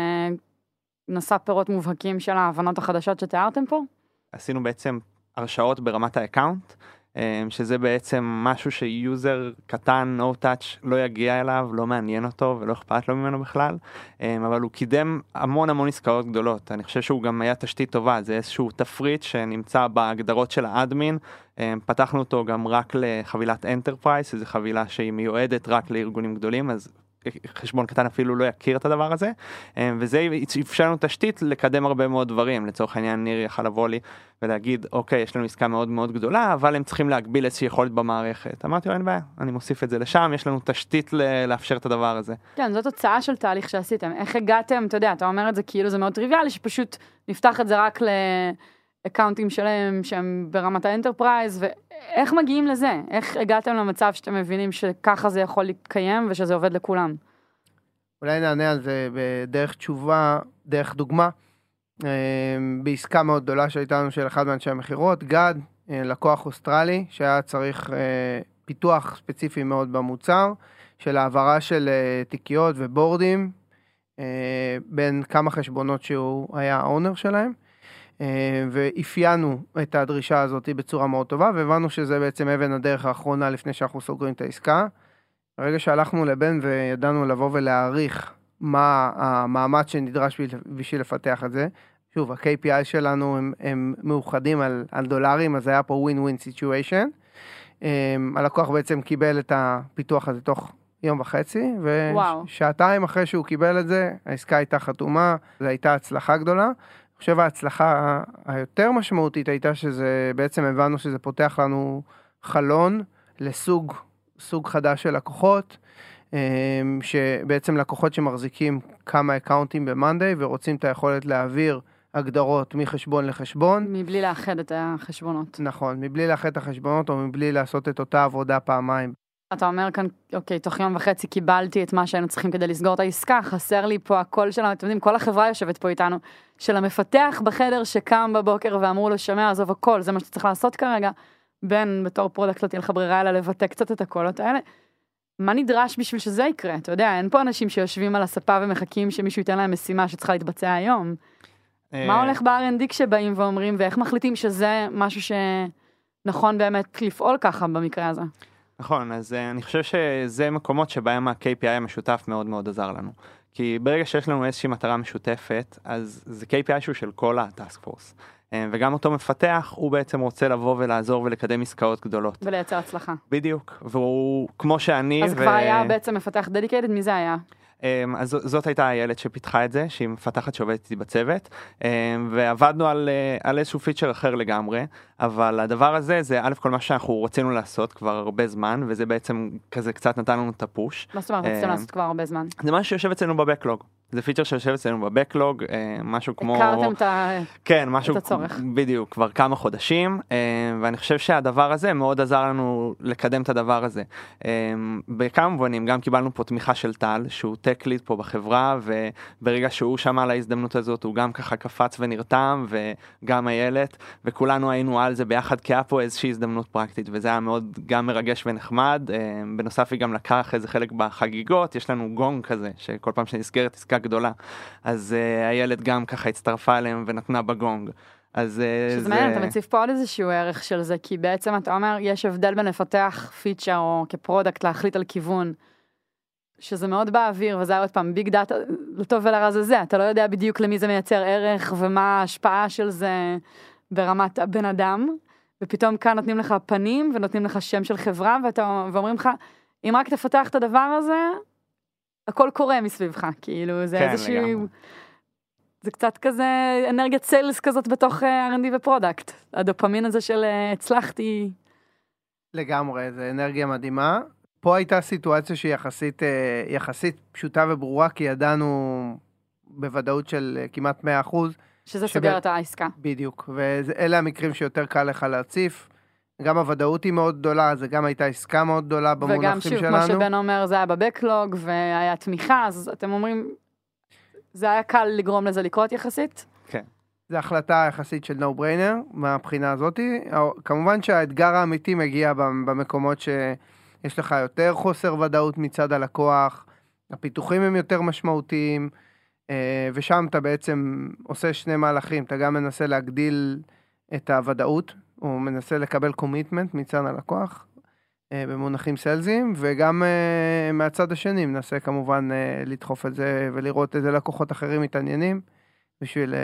ונשא פירות מובהקים של ההבנות החדשות שתיארתם פה? עשינו בעצם הרשאות ברמת האקאונט, שזה בעצם משהו שיוזר קטן, no touch, לא יגיע אליו, לא מעניין אותו ולא אכפת לו ממנו בכלל, אבל הוא קידם המון עסקאות גדולות. אני חושב שהוא גם היה תשתית טובה, זה איזשהו תפריט שנמצא בהגדרות של האדמין, פתחנו אותו גם רק לחבילת Enterprise, שזו חבילה שהיא מיועדת רק לארגונים גדולים, אז חשבון קטן אפילו לא יכיר את הדבר הזה, וזה אפשר לנו תשתית לקדם הרבה מאוד דברים. לצורך העניין ניר יכל לבוא לי ולהגיד, אוקיי, יש לנו עסקה מאוד מאוד גדולה, אבל הם צריכים להגביל איזושהי יכולת במערכת. אמרתי לו, אין בעיה, אני מוסיף את זה לשם, יש לנו תשתית לאפשר את הדבר הזה. כן, זאת תוצאה של תהליך שעשיתם. איך הגעתם, אתה יודע, אתה אומר את זה כאילו זה מאוד טריוויאלי, שפשוט נפתח את זה רק לאקאונטים שלהם שהם ברמת האנטרפרייז, ואיך מגיעים לזה? איך הגעתם למצב שאתם מבינים שככה זה יכול להתקיים ושזה עובד לכולם? אולי נענה על זה בדרך תשובה, דרך דוגמה, בעסקה מאוד גדולה שהייתה לנו של אחד מאנשי המחירות, גד, לקוח אוסטרלי, שהיה צריך פיתוח ספציפי מאוד במוצר, של העברה של תיקיות ובורדים, בין כמה חשבונות שהוא היה האונר שלהם, ואפיינו את הדרישה הזאת בצורה מאוד טובה, והבנו שזה בעצם אבן הדרך האחרונה לפני שאנחנו סוגרים את העסקה. ברגע שהלכנו לבן וידענו לבוא ולהעריך מה המאמץ שנדרש בשביל לפתח את זה, שוב, ה-KPI שלנו הם מאוחדים על דולרים, אז היה פה win-win situation. הלקוח בעצם קיבל את הפיתוח הזה תוך יום וחצי, ושעתיים אחרי שהוא קיבל את זה, העסקה הייתה חתומה, זו הייתה הצלחה גדולה. אני חושב ההצלחה היותר משמעותית הייתה שזה, בעצם הבנו שזה פותח לנו חלון לסוג חדש של לקוחות, שבעצם לקוחות שמחזיקים כמה אקאונטים במאנדיי, ורוצים את היכולת להעביר הגדרות מחשבון לחשבון. מבלי לאחד את החשבונות. נכון, מבלי לאחד את החשבונות, או מבלי לעשות את אותה עבודה פעמיים. אתה אומר כאן, אוקיי, תוך יום וחצי קיבלתי את מה שהיינו צריכים כדי לסגור את העסקה, חסר לי פה הקול שלנו, אתם יודעים, כל החברה יושבת פה איתנו, של המפתח בחדר שקם בבוקר ואמרו לו, שמע, עזוב הכל, זה מה שאתה צריך לעשות כרגע, בין בתור פרודקט לא תהיה לך ברירה, אלא לבטא קצת את הקולות האלה. מה נדרש בשביל שזה יקרה? אתה יודע, אין פה אנשים שיושבים על הספה ומחכים שמישהו ייתן להם משימה שצריכה להתבצע היום. מה הולך ב-R&D כשבאים ואומרים, ואיך מחליטים שזה משהו שנכון באמת לפעול ככה במקרה הזה? נכון, אז אני חושב שזה מקומות שבהם ה-KPI המשותף מאוד מאוד עזר לנו. כי ברגע שיש לנו איזושהי מטרה משותפת, אז זה KPI שהוא של כל ה-Task Force. וגם אותו מפתח, הוא בעצם רוצה לבוא ולעזור ולקדם עסקאות גדולות. ולייצר הצלחה. בדיוק, והוא כמו שאני... אז כבר היה בעצם מפתח dedicated, מי זה היה? אז זאת הייתה הילד שפיתחה את זה, שהיא מפתחת שעובדת איתי בצוות, ועבדנו על איזשהו פיצ'ר אחר לגמרי, אבל הדבר הזה זה א' כל מה שאנחנו רצינו לעשות כבר הרבה זמן, וזה בעצם כזה קצת נתן לנו את הפוש. מה זאת אומרת, רציתם לעשות כבר הרבה זמן? זה מה שיושב אצלנו בבקלוג. זה פיצ'ר שיושב אצלנו בבקלוג, משהו כמו... הכרתם כן, משהו... את הצורך. בדיוק, כבר כמה חודשים, ואני חושב שהדבר הזה מאוד עזר לנו לקדם את הדבר הזה. בכמה מובנים, גם קיבלנו פה תמיכה של טל, שהוא טק ליד פה בחברה, וברגע שהוא שמע על ההזדמנות הזאת, הוא גם ככה קפץ ונרתם, וגם איילת, וכולנו היינו על זה ביחד, כי היה פה איזושהי הזדמנות פרקטית, וזה היה מאוד גם מרגש ונחמד. בנוסף היא גם לקח איזה חלק בחגיגות, יש לנו גונג כזה, שכל פעם שנסגרת עסקה גדולה, אז הילד גם ככה הצטרפה אליהם ונתנה בגונג. אז שזה מעניין, אתה מציף פה עוד איזשהו ערך של זה, כי בעצם אתה אומר, יש הבדל בין לפתח פיצ'ר או כפרודקט להחליט על כיוון, שזה מאוד באוויר, וזה היה עוד פעם ביג דאטה, לטוב ולרע זה, אתה לא יודע בדיוק למי זה מייצר ערך, ומה ההשפעה של זה ברמת הבן אדם, ופתאום כאן נותנים לך פנים, ונותנים לך שם של חברה, ואומרים לך, אם רק תפתח את הדבר הזה, הכל קורה מסביבך, כאילו, זה איזשהו... זה קצת כזה אנרגיית סיילס כזאת בתוך R&D ופרודקט. הדופמין הזה של הצלחתי. לגמרי, זה אנרגיה מדהימה. פה הייתה סיטואציה שהיא יחסית פשוטה וברורה, כי ידענו בוודאות של כמעט 100%. שזה סוגר את העסקה. בדיוק, ואלה המקרים שיותר קל לך להציף. גם הוודאות היא מאוד גדולה, זה גם הייתה עסקה מאוד גדולה במונחים שלנו. וגם שוב, כמו שבן אומר, זה היה בבקלוג, והיה תמיכה, אז אתם אומרים... זה היה קל לגרום לזה לקרות יחסית? כן. זו החלטה יחסית של no brainer, מהבחינה הזאת. כמובן שהאתגר האמיתי מגיע במקומות שיש לך יותר חוסר ודאות מצד הלקוח, הפיתוחים הם יותר משמעותיים, ושם אתה בעצם עושה שני מהלכים, אתה גם מנסה להגדיל את הוודאות, או מנסה לקבל קומיטמנט מצד הלקוח, במונחים סלזיים, וגם מהצד השני מנסה כמובן לדחוף את זה ולראות איזה לקוחות אחרים מתעניינים בשביל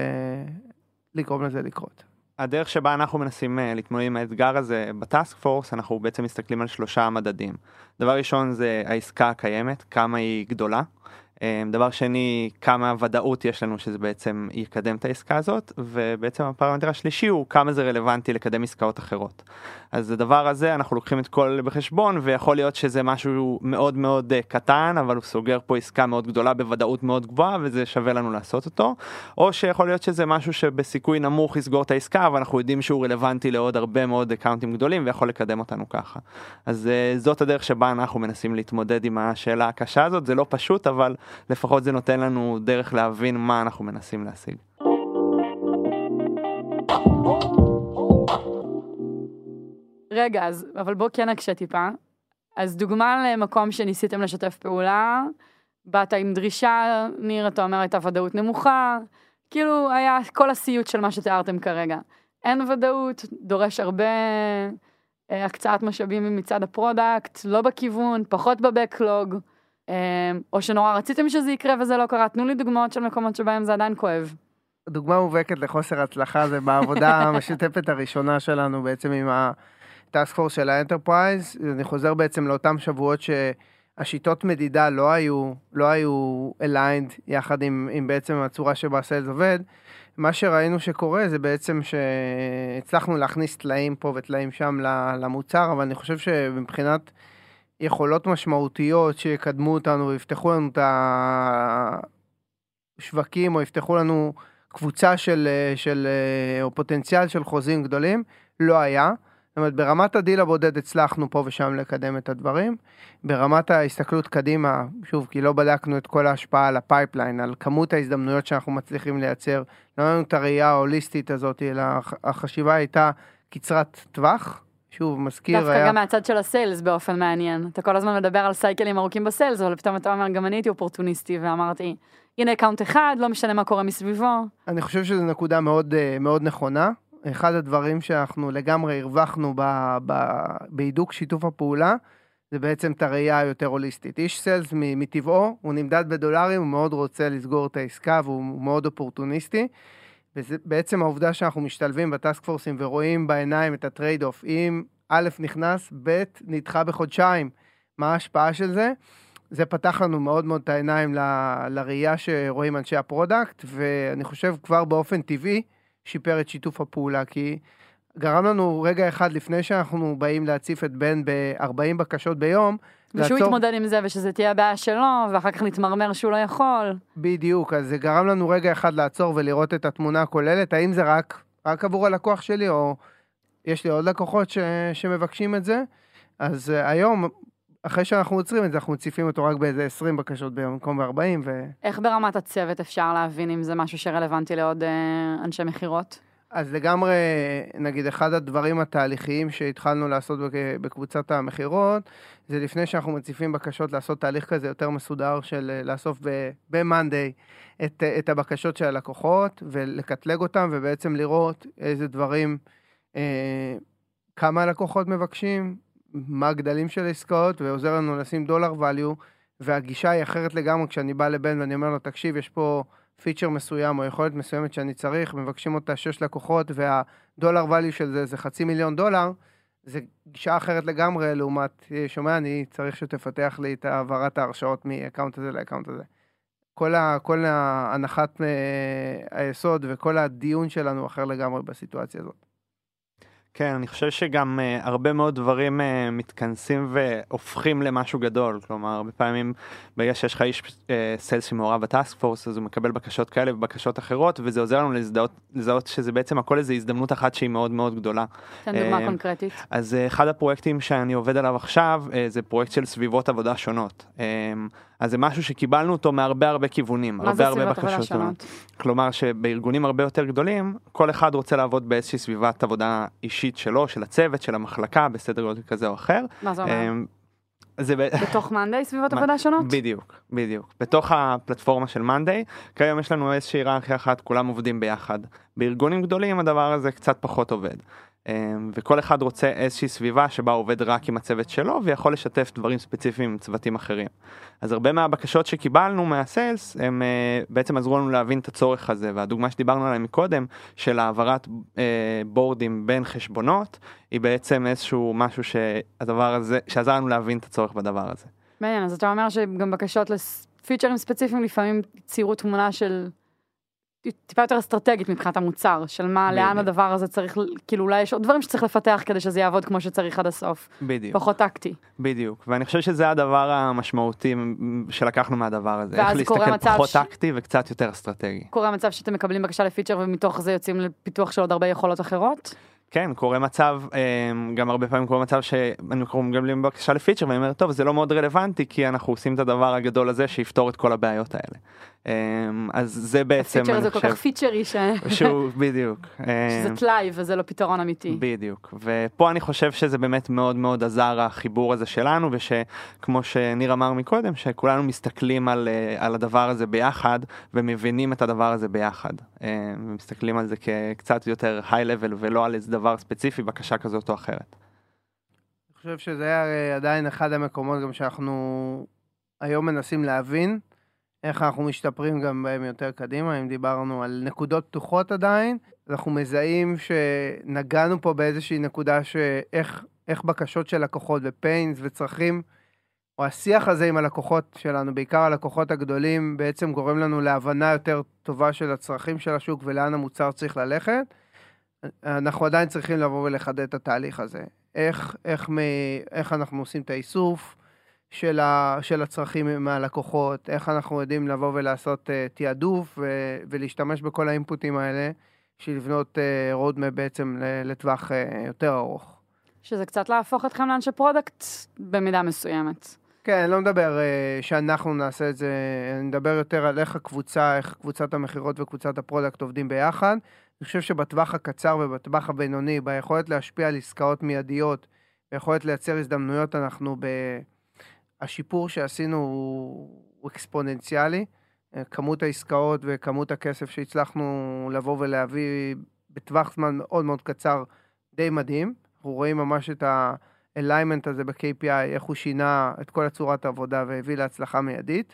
לגרום לזה לקרות. הדרך שבה אנחנו מנסים להתמודד עם האתגר הזה בטאסק פורס, אנחנו בעצם מסתכלים על 3 מדדים. דבר ראשון זה העסקה הקיימת, כמה היא גדולה. דבר שני, כמה ודאות יש לנו שזה בעצם יקדם את העסקה הזאת, ובעצם הפרמטר השלישי הוא כמה זה רלוונטי לקדם עסקאות אחרות. אז הדבר הזה אנחנו לוקחים את כל בחשבון, ויכול להיות שזה משהו מאוד מאוד קטן, אבל הוא סוגר פה עסקה מאוד גדולה בוודאות מאוד גבוהה, וזה שווה לנו לעשות אותו. או שיכול להיות שזה משהו שבסיכוי נמוך יסגור את העסקה, אבל אנחנו יודעים שהוא רלוונטי לעוד הרבה מאוד אקאונטים גדולים, ויכול לקדם אותנו ככה. אז זאת הדרך שבה אנחנו מנסים להתמודד עם השאלה הקשה הזאת. זה לא פשוט, אבל לפחות זה נותן לנו דרך להבין מה אנחנו מנסים להשיג. רגע, אבל בוא כן נקשה טיפה. אז דוגמה למקום שניסיתם לשתף פעולה, באת עם דרישה, ניר, אתה אומר, הייתה ודאות נמוכה, כאילו היה כל הסיוט של מה שתיארתם כרגע. אין ודאות, דורש הרבה הקצאת משאבים מצד הפרודקט, לא בכיוון, פחות בבקלוג, או שנורא רציתם שזה יקרה וזה לא קרה. תנו לי דוגמאות של מקומות שבהם זה עדיין כואב. דוגמה מובהקת לחוסר הצלחה זה בעבודה המשותפת הראשונה שלנו בעצם עם הטאסק פורס של האנטרפרייז. אני חוזר בעצם לאותם שבועות שהשיטות מדידה לא היו aligned יחד עם בעצם הצורה שבה סיילס עובד. מה שראינו שקורה זה בעצם שהצלחנו להכניס תלאים פה ותלאים שם למוצר, אבל אני חושב שמבחינת יכולות משמעותיות שיקדמו אותנו ויפתחו לנו את השווקים או יפתחו לנו קבוצה או פוטנציאל של חוזים גדולים, לא היה. זאת אומרת, ברמת הדיל הבודד הצלחנו פה ושם לקדם את הדברים. ברמת ההסתכלות קדימה, שוב, כי לא בדקנו את כל ההשפעה על הפייפליין, על כמות ההזדמנויות שאנחנו מצליחים לייצר, לא לנו את הראייה ההוליסטית הזאת, אלא החשיבה הייתה קצרת טווח. שוב, מזכיר דווקא גם מהצד של הסיילס באופן מעניין. אתה כל הזמן מדבר על סייקלים ארוכים בסיילס, אבל פתאום אתה אומר, גם אני הייתי אופורטוניסטי, ואמרתי, הנה אקאונט אחד, לא משנה מה קורה מסביבו. אני חושב שזו נקודה מאוד, מאוד נכונה. אחד הדברים שאנחנו לגמרי הרווחנו בהידוק שיתוף הפעולה, זה בעצם את הראייה היותר הוליסטית. איש סיילס מטבעו, הוא נמדד בדולרים, הוא מאוד רוצה לסגור את העסקה, והוא מאוד אופורטוניסטי. וזה בעצם העובדה שאנחנו משתלבים בטאסק פורסים ורואים בעיניים את הטרייד אוף, אם א' נכנס, ב' נדחה בחודשיים, מה ההשפעה של זה? זה פתח לנו מאוד מאוד את העיניים לראייה שרואים אנשי הפרודקט, ואני חושב כבר באופן טבעי שיפר את שיתוף הפעולה, כי גרם לנו רגע אחד לפני שאנחנו באים להציף את בן ב-40 בקשות ביום, ושהוא יתמודד עם זה, ושזה תהיה הבעיה שלו, ואחר כך נתמרמר שהוא לא יכול. בדיוק, אז זה גרם לנו רגע אחד לעצור ולראות את התמונה הכוללת, האם זה רק עבור הלקוח שלי, או יש לי עוד לקוחות שמבקשים את זה, אז היום, אחרי שאנחנו עוצרים את זה, אנחנו מציפים אותו רק באיזה 20 בקשות במקום ב-40, איך ברמת הצוות אפשר להבין אם זה משהו שרלוונטי לעוד אנשי מחירות? אז לגמרי, נגיד, אחד הדברים התהליכיים שהתחלנו לעשות בקבוצת המחירות, זה לפני שאנחנו מציפים בקשות לעשות תהליך כזה יותר מסודר של לאסוף ב-Monday את הבקשות של הלקוחות, ולקטלג אותם, ובעצם לראות איזה דברים, כמה הלקוחות מבקשים, מה הגדלים של העסקאות, ועוזר לנו לשים דולר value, והגישה היא אחרת לגמרי כשאני בא לבן ואני אומר לו, תקשיב, יש פה פיצ'ר מסוים או יכולת מסוימת שאני צריך, מבקשים אותה 6 לקוחות, והדולר value של זה $500,000, זה גישה אחרת לגמרי, לעומת, שומע, אני צריך שתפתח לי את העברת ההרשאות מאקאונט הזה לאקאונט הזה. כל ההנחת היסוד וכל הדיון שלנו אחר לגמרי בסיטואציה הזאת. כן, אני חושב שגם הרבה מאוד דברים מתכנסים והופכים למשהו גדול. כלומר, הרבה פעמים ברגע שיש לך איש סיילס שמעורב בטאסק פורס, אז הוא מקבל בקשות כאלה ובקשות אחרות, וזה עוזר לנו לזהות שזה בעצם הכל איזו הזדמנות אחת שהיא מאוד מאוד גדולה. תן דוגמה קונקרטית. אז אחד הפרויקטים שאני עובד עליו עכשיו, זה פרויקט של סביבות עבודה שונות. אז זה משהו שקיבלנו אותו מהרבה כיוונים. מה זה סביבות עבודה שונות? כלומר שבארגונים הרבה יותר גדולים, כל אחד רוצה לעבוד באיזושהי סביבת עבודה אישית שלו, של הצוות, של המחלקה, בסדר גודל כזה או אחר. מה זה אומר? בתוך מאנדיי סביבות עבודה שונות? בדיוק. בתוך הפלטפורמה של מאנדיי, כיום יש לנו איזושהי היררכיה אחת, כולם עובדים ביחד. בארגונים גדולים הדבר הזה קצת פחות עובד. וכל אחד רוצה איזושהי סביבה שבה הוא עובד רק עם הצוות שלו, ויכול לשתף דברים ספציפיים עם צוותים אחרים. אז הרבה מהבקשות שקיבלנו מהסיילס, הם בעצם עזרו לנו להבין את הצורך הזה, והדוגמה שדיברנו עליה מקודם, של העברת בורדים בין חשבונות, היא בעצם איזשהו משהו שהדבר הזה, שעזר לנו להבין את הצורך בדבר הזה. מעניין, אז אתה אומר שגם בקשות לפיצ'רים ספציפיים, לפעמים ציירו תמונה של טיפה יותר אסטרטגית מבחינת המוצר, של מה, לאן הדבר הזה צריך, כאילו אולי יש עוד דברים שצריך לפתח כדי שזה יעבוד כמו שצריך עד הסוף. בדיוק. פחות טקטי. בדיוק, ואני חושב שזה הדבר המשמעותי שלקחנו מהדבר הזה. איך קורה להסתכל פחות טקטי וקצת יותר אסטרטגי. קורה מצב שאתם מקבלים בקשה לפיצ'ר ומתוך זה יוצאים לפיתוח של עוד הרבה יכולות אחרות? כן, קורה מצב, גם הרבה פעמים קורה מצב שאני מקבלים בקשה לפיצ'ר ואני אומר, טוב, זה לא מאוד רלוונטי כי אנחנו עושים את הדבר הגדול הזה שיפתור את כל הבעיות האלה. אז זה בעצם, הפיצ'ר הזה כל כך פיצ'רי שהוא, בדיוק. שזה טלאי וזה לא פתרון אמיתי. בדיוק, ופה אני חושב שזה באמת מאוד מאוד עזר החיבור הזה שלנו, ושכמו שניר אמר מקודם, שכולנו מסתכלים על הדבר הזה ביחד, ומבינים את הדבר הזה ביחד. ומסתכלים על זה כקצת יותר high level, ולא על איזה דבר ספציפי, בקשה כזאת או אחרת. אני חושב שזה היה עדיין אחד המקומות גם שאנחנו היום מנסים להבין, איך אנחנו משתפרים גם בהם יותר קדימה. אם דיברנו על נקודות פתוחות עדיין, אנחנו מזהים שנגענו פה באיזושהי נקודה שאיך בקשות של לקוחות ופיינס וצרכים, או השיח הזה עם הלקוחות שלנו, בעיקר הלקוחות הגדולים, בעצם גורם לנו להבנה יותר טובה של הצרכים של השוק ולאן המוצר צריך ללכת. אנחנו עדיין צריכים לבוא ולחדד את התהליך הזה. איך אנחנו עושים את האיסוף של הצרכים מהלקוחות, איך אנחנו יודעים לבוא ולעשות תיעדוף ולהשתמש בכל האינפוטים האלה, בשביל לבנות רודמפ בעצם לטווח יותר ארוך. שזה קצת להפוך אתכם לאנשי פרודקט במידה מסוימת. כן, אני לא מדבר שאנחנו נעשה את זה, אני מדבר יותר על איך קבוצת המחירות וקבוצת הפרודקט עובדים ביחד. אני חושב שבטווח הקצר ובטווח הבינוני, ביכולת להשפיע על עסקאות מיידיות, ביכולת לייצר הזדמנויות, השיפור שעשינו הוא אקספוננציאלי. כמות העסקאות וכמות הכסף שהצלחנו לבוא ולהביא בטווח זמן מאוד מאוד קצר די מדהים. אנחנו רואים ממש את האליימנט הזה ב-KPI, איך הוא שינה את כל הצורת העבודה והביא להצלחה מיידית.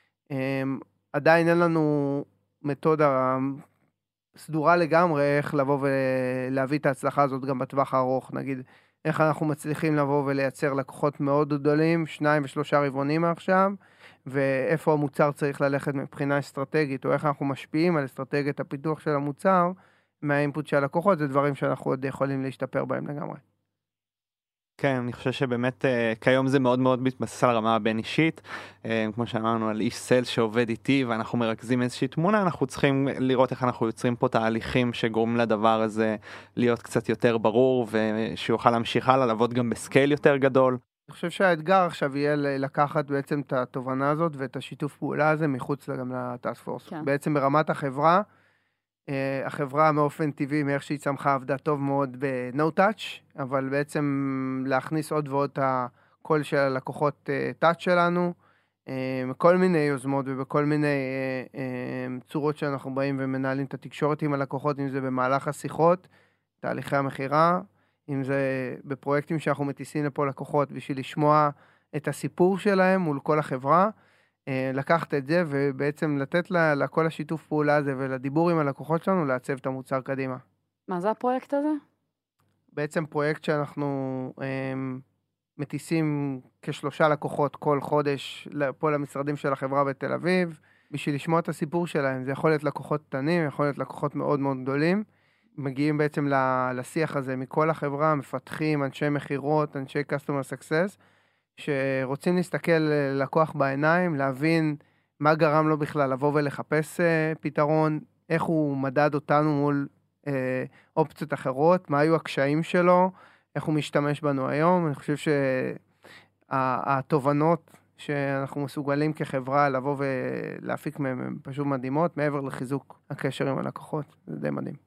עדיין אין לנו מתודה סדורה לגמרי איך לבוא ולהביא את ההצלחה הזאת גם בטווח הארוך. נגיד, איך אנחנו מצליחים לבוא ולייצר לקוחות מאוד גדולים, 2 ו3 רבעונים מעכשיו, ואיפה המוצר צריך ללכת מבחינה אסטרטגית, או איך אנחנו משפיעים על אסטרטגיית הפיתוח של המוצר, מהאינפוט של הלקוחות, זה דברים שאנחנו עוד יכולים להשתפר בהם לגמרי. כן, אני חושב שבאמת כיום זה מאוד מאוד מתבסס על הרמה הבין אישית, כמו שאמרנו על איש סלס שעובד איתי ואנחנו מרכזים איזושהי תמונה, אנחנו צריכים לראות איך אנחנו יוצרים פה תהליכים שגורמים לדבר הזה להיות קצת יותר ברור ושיוכל להמשיך הלאה, לעבוד גם בסקייל יותר גדול. אני חושב שהאתגר עכשיו יהיה לקחת בעצם את התובנה הזאת ואת השיתוף פעולה הזה מחוץ גם לטאסק פורס. כן. בעצם ברמת החברה, החברה מאופן טבעי, מאיך שהיא צמחה, עבדה טוב מאוד ב-No Touch, אבל בעצם להכניס עוד ועוד את הקול של הלקוחות Touch שלנו, בכל מיני יוזמות ובכל מיני צורות שאנחנו באים ומנהלים את התקשורת עם הלקוחות, אם זה במהלך השיחות, תהליכי המחירה, אם זה בפרויקטים שאנחנו מטיסים לפה לקוחות בשביל לשמוע את הסיפור שלהם מול כל החברה, לקחת את זה ובעצם לתת לכל השיתוף פעולה הזה ולדיבור עם הלקוחות שלנו לעצב את המוצר קדימה. מה זה הפרויקט הזה? בעצם פרויקט שאנחנו מטיסים כ3 לקוחות כל חודש פה למשרדים של החברה בתל אביב, בשביל לשמוע את הסיפור שלהם. זה יכול להיות לקוחות קטנים, יכול להיות לקוחות מאוד מאוד גדולים. מגיעים בעצם לשיח הזה מכל החברה, מפתחים, אנשי מחירות, אנשי Customer Success, שרוצים להסתכל ללקוח בעיניים, להבין מה גרם לו בכלל לבוא ולחפש פתרון, איך הוא מדד אותנו מול אופציות אחרות, מה היו הקשיים שלו, איך הוא משתמש בנו היום. אני חושב שהתובנות שאנחנו מסוגלים כחברה לבוא ולהפיק מהם הן פשוט מדהימות, מעבר לחיזוק הקשר עם הלקוחות. זה די מדהים.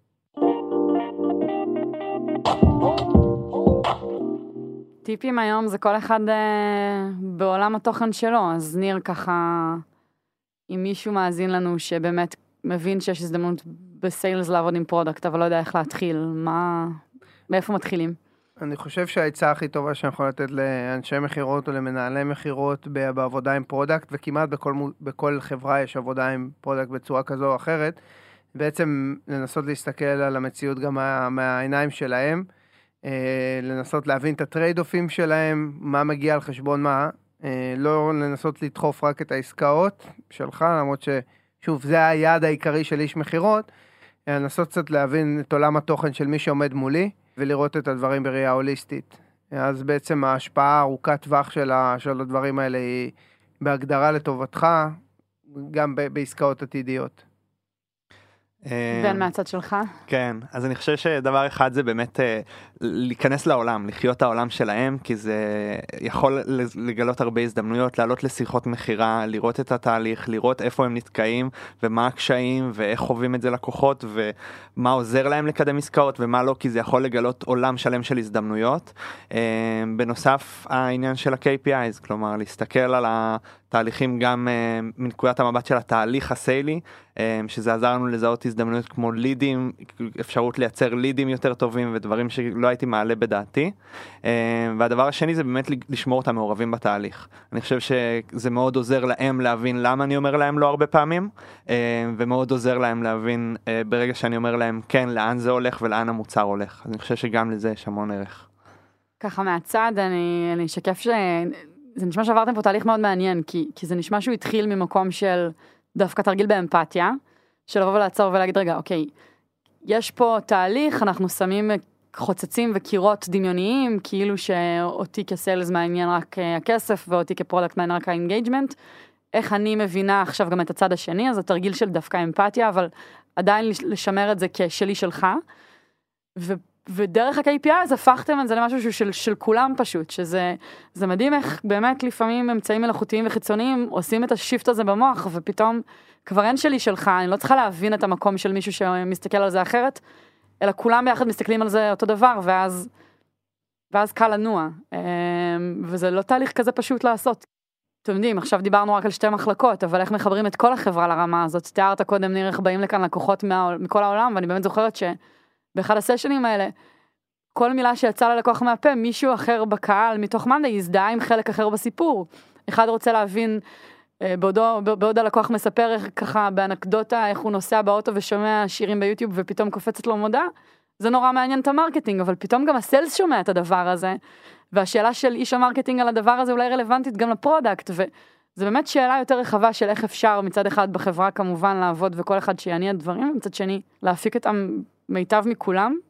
טיפים היום זה כל אחד בעולם התוכן שלו, אז ניר ככה, אם מישהו מאזין לנו שבאמת מבין שיש הזדמנות בסיילס לעבוד עם פרודקט, אבל לא יודע איך להתחיל, מאיפה מתחילים? אני חושב שהעצה הכי טובה שאני יכול לתת לאנשי מחירות או למנהלי מחירות בעבודה עם פרודקט, וכמעט בכל חברה יש עבודה עם פרודקט בצורה כזו או אחרת, בעצם לנסות להסתכל על המציאות גם מהעיניים שלהם, לנסות להבין את הטרייד-אופים שלהם, מה מגיע על חשבון מה, לא לנסות לדחוף רק את העסקאות שלך, למרות ששוב זה היעד העיקרי של איש מחירות, לנסות קצת להבין את עולם התוכן של מי שעומד מולי, ולראות את הדברים בראייה הוליסטית. אז בעצם ההשפעה ארוכת טווח של הדברים האלה היא בהגדרה לטובתך, גם בעסקאות עתידיות. בן מהצד שלך? כן, אז אני חושב שדבר אחד זה באמת להיכנס לעולם, לחיות העולם שלהם, כי זה יכול לגלות הרבה הזדמנויות, לעלות לשיחות מחירה, לראות את התהליך, לראות איפה הם נתקעים, ומה הקשיים, ואיך חווים את זה לקוחות, ומה עוזר להם לקדם עסקאות, ומה לא, כי זה יכול לגלות עולם שלם של הזדמנויות. בנוסף, העניין של ה-KPIs, כלומר, להסתכל על התהליכים גם מנקודת המבט של התהליך הסיילי, שזה עזר לנו לזהות הזדמנויות כמו לידים, אפשרות לייצר לידים יותר טובים ודברים שלא הייתי מעלה בדעתי. והדבר השני זה באמת לשמור אותם מעורבים בתהליך. אני חושב שזה מאוד עוזר להם להבין למה אני אומר להם לא הרבה פעמים, ומאוד עוזר להם להבין ברגע שאני אומר להם כן, לאן זה הולך ולאן המוצר הולך. אז אני חושב שגם לזה יש המון ערך. ככה מהצד אני אשקף זה נשמע שעברתם פה תהליך מאוד מעניין, כי זה נשמע שהוא התחיל ממקום של דווקא תרגיל באמפתיה, של לבוא ולעצור ולהגיד, רגע, אוקיי, יש פה תהליך, אנחנו שמים חוצצים וקירות דמיוניים, כאילו שאותי כסיילס מעניין רק הכסף, ואותי כפרודקט מעניין רק האינגייג'מנט, איך אני מבינה עכשיו גם את הצד השני, אז התרגיל של דווקא אמפתיה, אבל עדיין לשמר את זה כשלי שלך, ודרך ה-KPI אז הפכתם את זה למשהו של כולם פשוט, שזה מדהים איך באמת לפעמים אמצעים מלאכותיים וחיצוניים עושים את השיפט הזה במוח, ופתאום כבר אין שלי שלך, אני לא צריכה להבין את המקום של מישהו שמסתכל על זה אחרת, אלא כולם ביחד מסתכלים על זה אותו דבר, ואז קל לנוע, וזה לא תהליך כזה פשוט לעשות. אתם יודעים, עכשיו דיברנו רק על 2 מחלקות, אבל איך מחברים את כל החברה לרמה הזאת? תיארת קודם, נראה איך באים לכאן לקוחות מכל העולם, ואני באמת זוכרת באחד הסשנים האלה, כל מילה שיצא ללקוח מהפה, מישהו אחר בקהל מתוך מנדי יזדהה עם חלק אחר בסיפור. אחד רוצה להבין, בעוד הלקוח מספר ככה באנקדוטה, איך הוא נוסע באוטו ושומע שירים ביוטיוב ופתאום קופצת לו מודעה, זה נורא מעניין את המרקטינג, אבל פתאום גם הסלס שומע את הדבר הזה, והשאלה של איש המרקטינג על הדבר הזה אולי רלוונטית גם לפרודקט, וזה באמת שאלה יותר רחבה של איך אפשר מצד אחד בחברה כמובן לעבוד וכל אחד שיניע דברים, מצד שני להפיק את המיטב מכולם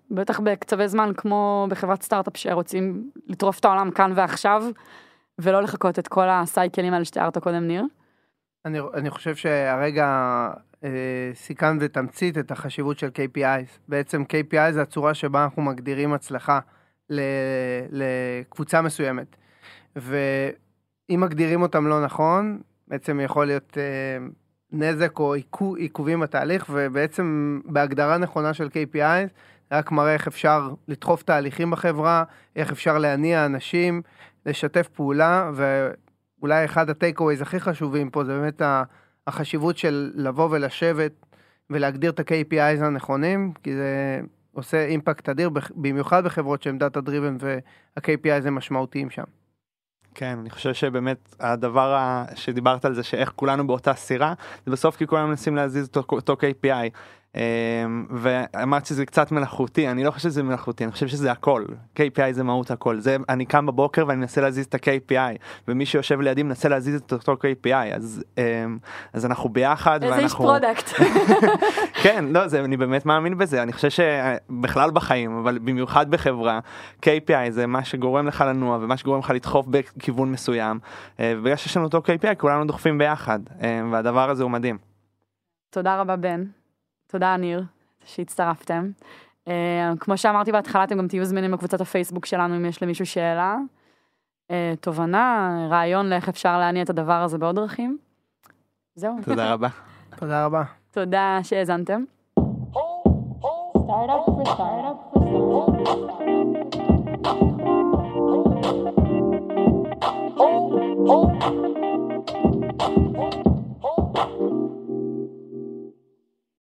בטח בקצבי זמן כמו בחברת סטארט-אפ שרוצים לטרוף את העולם כאן ועכשיו, ולא לחכות את כל הסייקלים האלה שתיארת קודם, ניר. אני חושב שהרגע סיכן ותמצית את החשיבות של KPIs. בעצם KPI זה הצורה שבה אנחנו מגדירים הצלחה לקבוצה מסוימת. ואם מגדירים אותם לא נכון, בעצם יכול להיות נזק או עיכובים בתהליך, ובעצם בהגדרה נכונה של KPIs, רק מראה איך אפשר לדחוף תהליכים בחברה, איך אפשר להניע אנשים, לשתף פעולה, ואולי אחד הטייקווייז הכי חשובים פה, זה באמת החשיבות של לבוא ולשבת, ולהגדיר את ה-KPIs הנכונים, כי זה עושה אימפקט אדיר, במיוחד בחברות שהן דאטה דריבן, וה-KPIs הם משמעותיים שם. כן, אני חושב שבאמת הדבר שדיברת על זה, שאיך כולנו באותה סירה, זה בסוף כי כולנו מנסים להזיז אותו KPI. ואמרת שזה קצת מלאכותי, אני לא חושב שזה מלאכותי, אני חושב שזה הכל. KPI זה מהות הכל. זה, אני קם בבוקר ואני מנסה להזיז את ה-KPI, ומי שיושב לידי מנסה להזיז את אותו KPI, אז אנחנו ביחד. איזה איש פרודקט. כן, לא, אני באמת מאמין בזה. אני חושב שבכלל בחיים, אבל במיוחד בחברה, KPI זה מה שגורם לך לנוע, ומה שגורם לך לדחוף בכיוון מסוים, ובגלל שיש לנו אותו KPI, כולנו דוחפים ביחד, והדבר הזה הוא מדהים. תודה רבה, בן. תודה, ניר, שהצטרפתם. כמו שאמרתי בהתחלה, אתם גם תהיו זמינים בקבוצת הפייסבוק שלנו, אם יש למישהו שאלה, תובנה, רעיון לאיך אפשר להניע את הדבר הזה בעוד דרכים. זהו. תודה רבה. תודה רבה. תודה שהאזנתם. Startup for startup.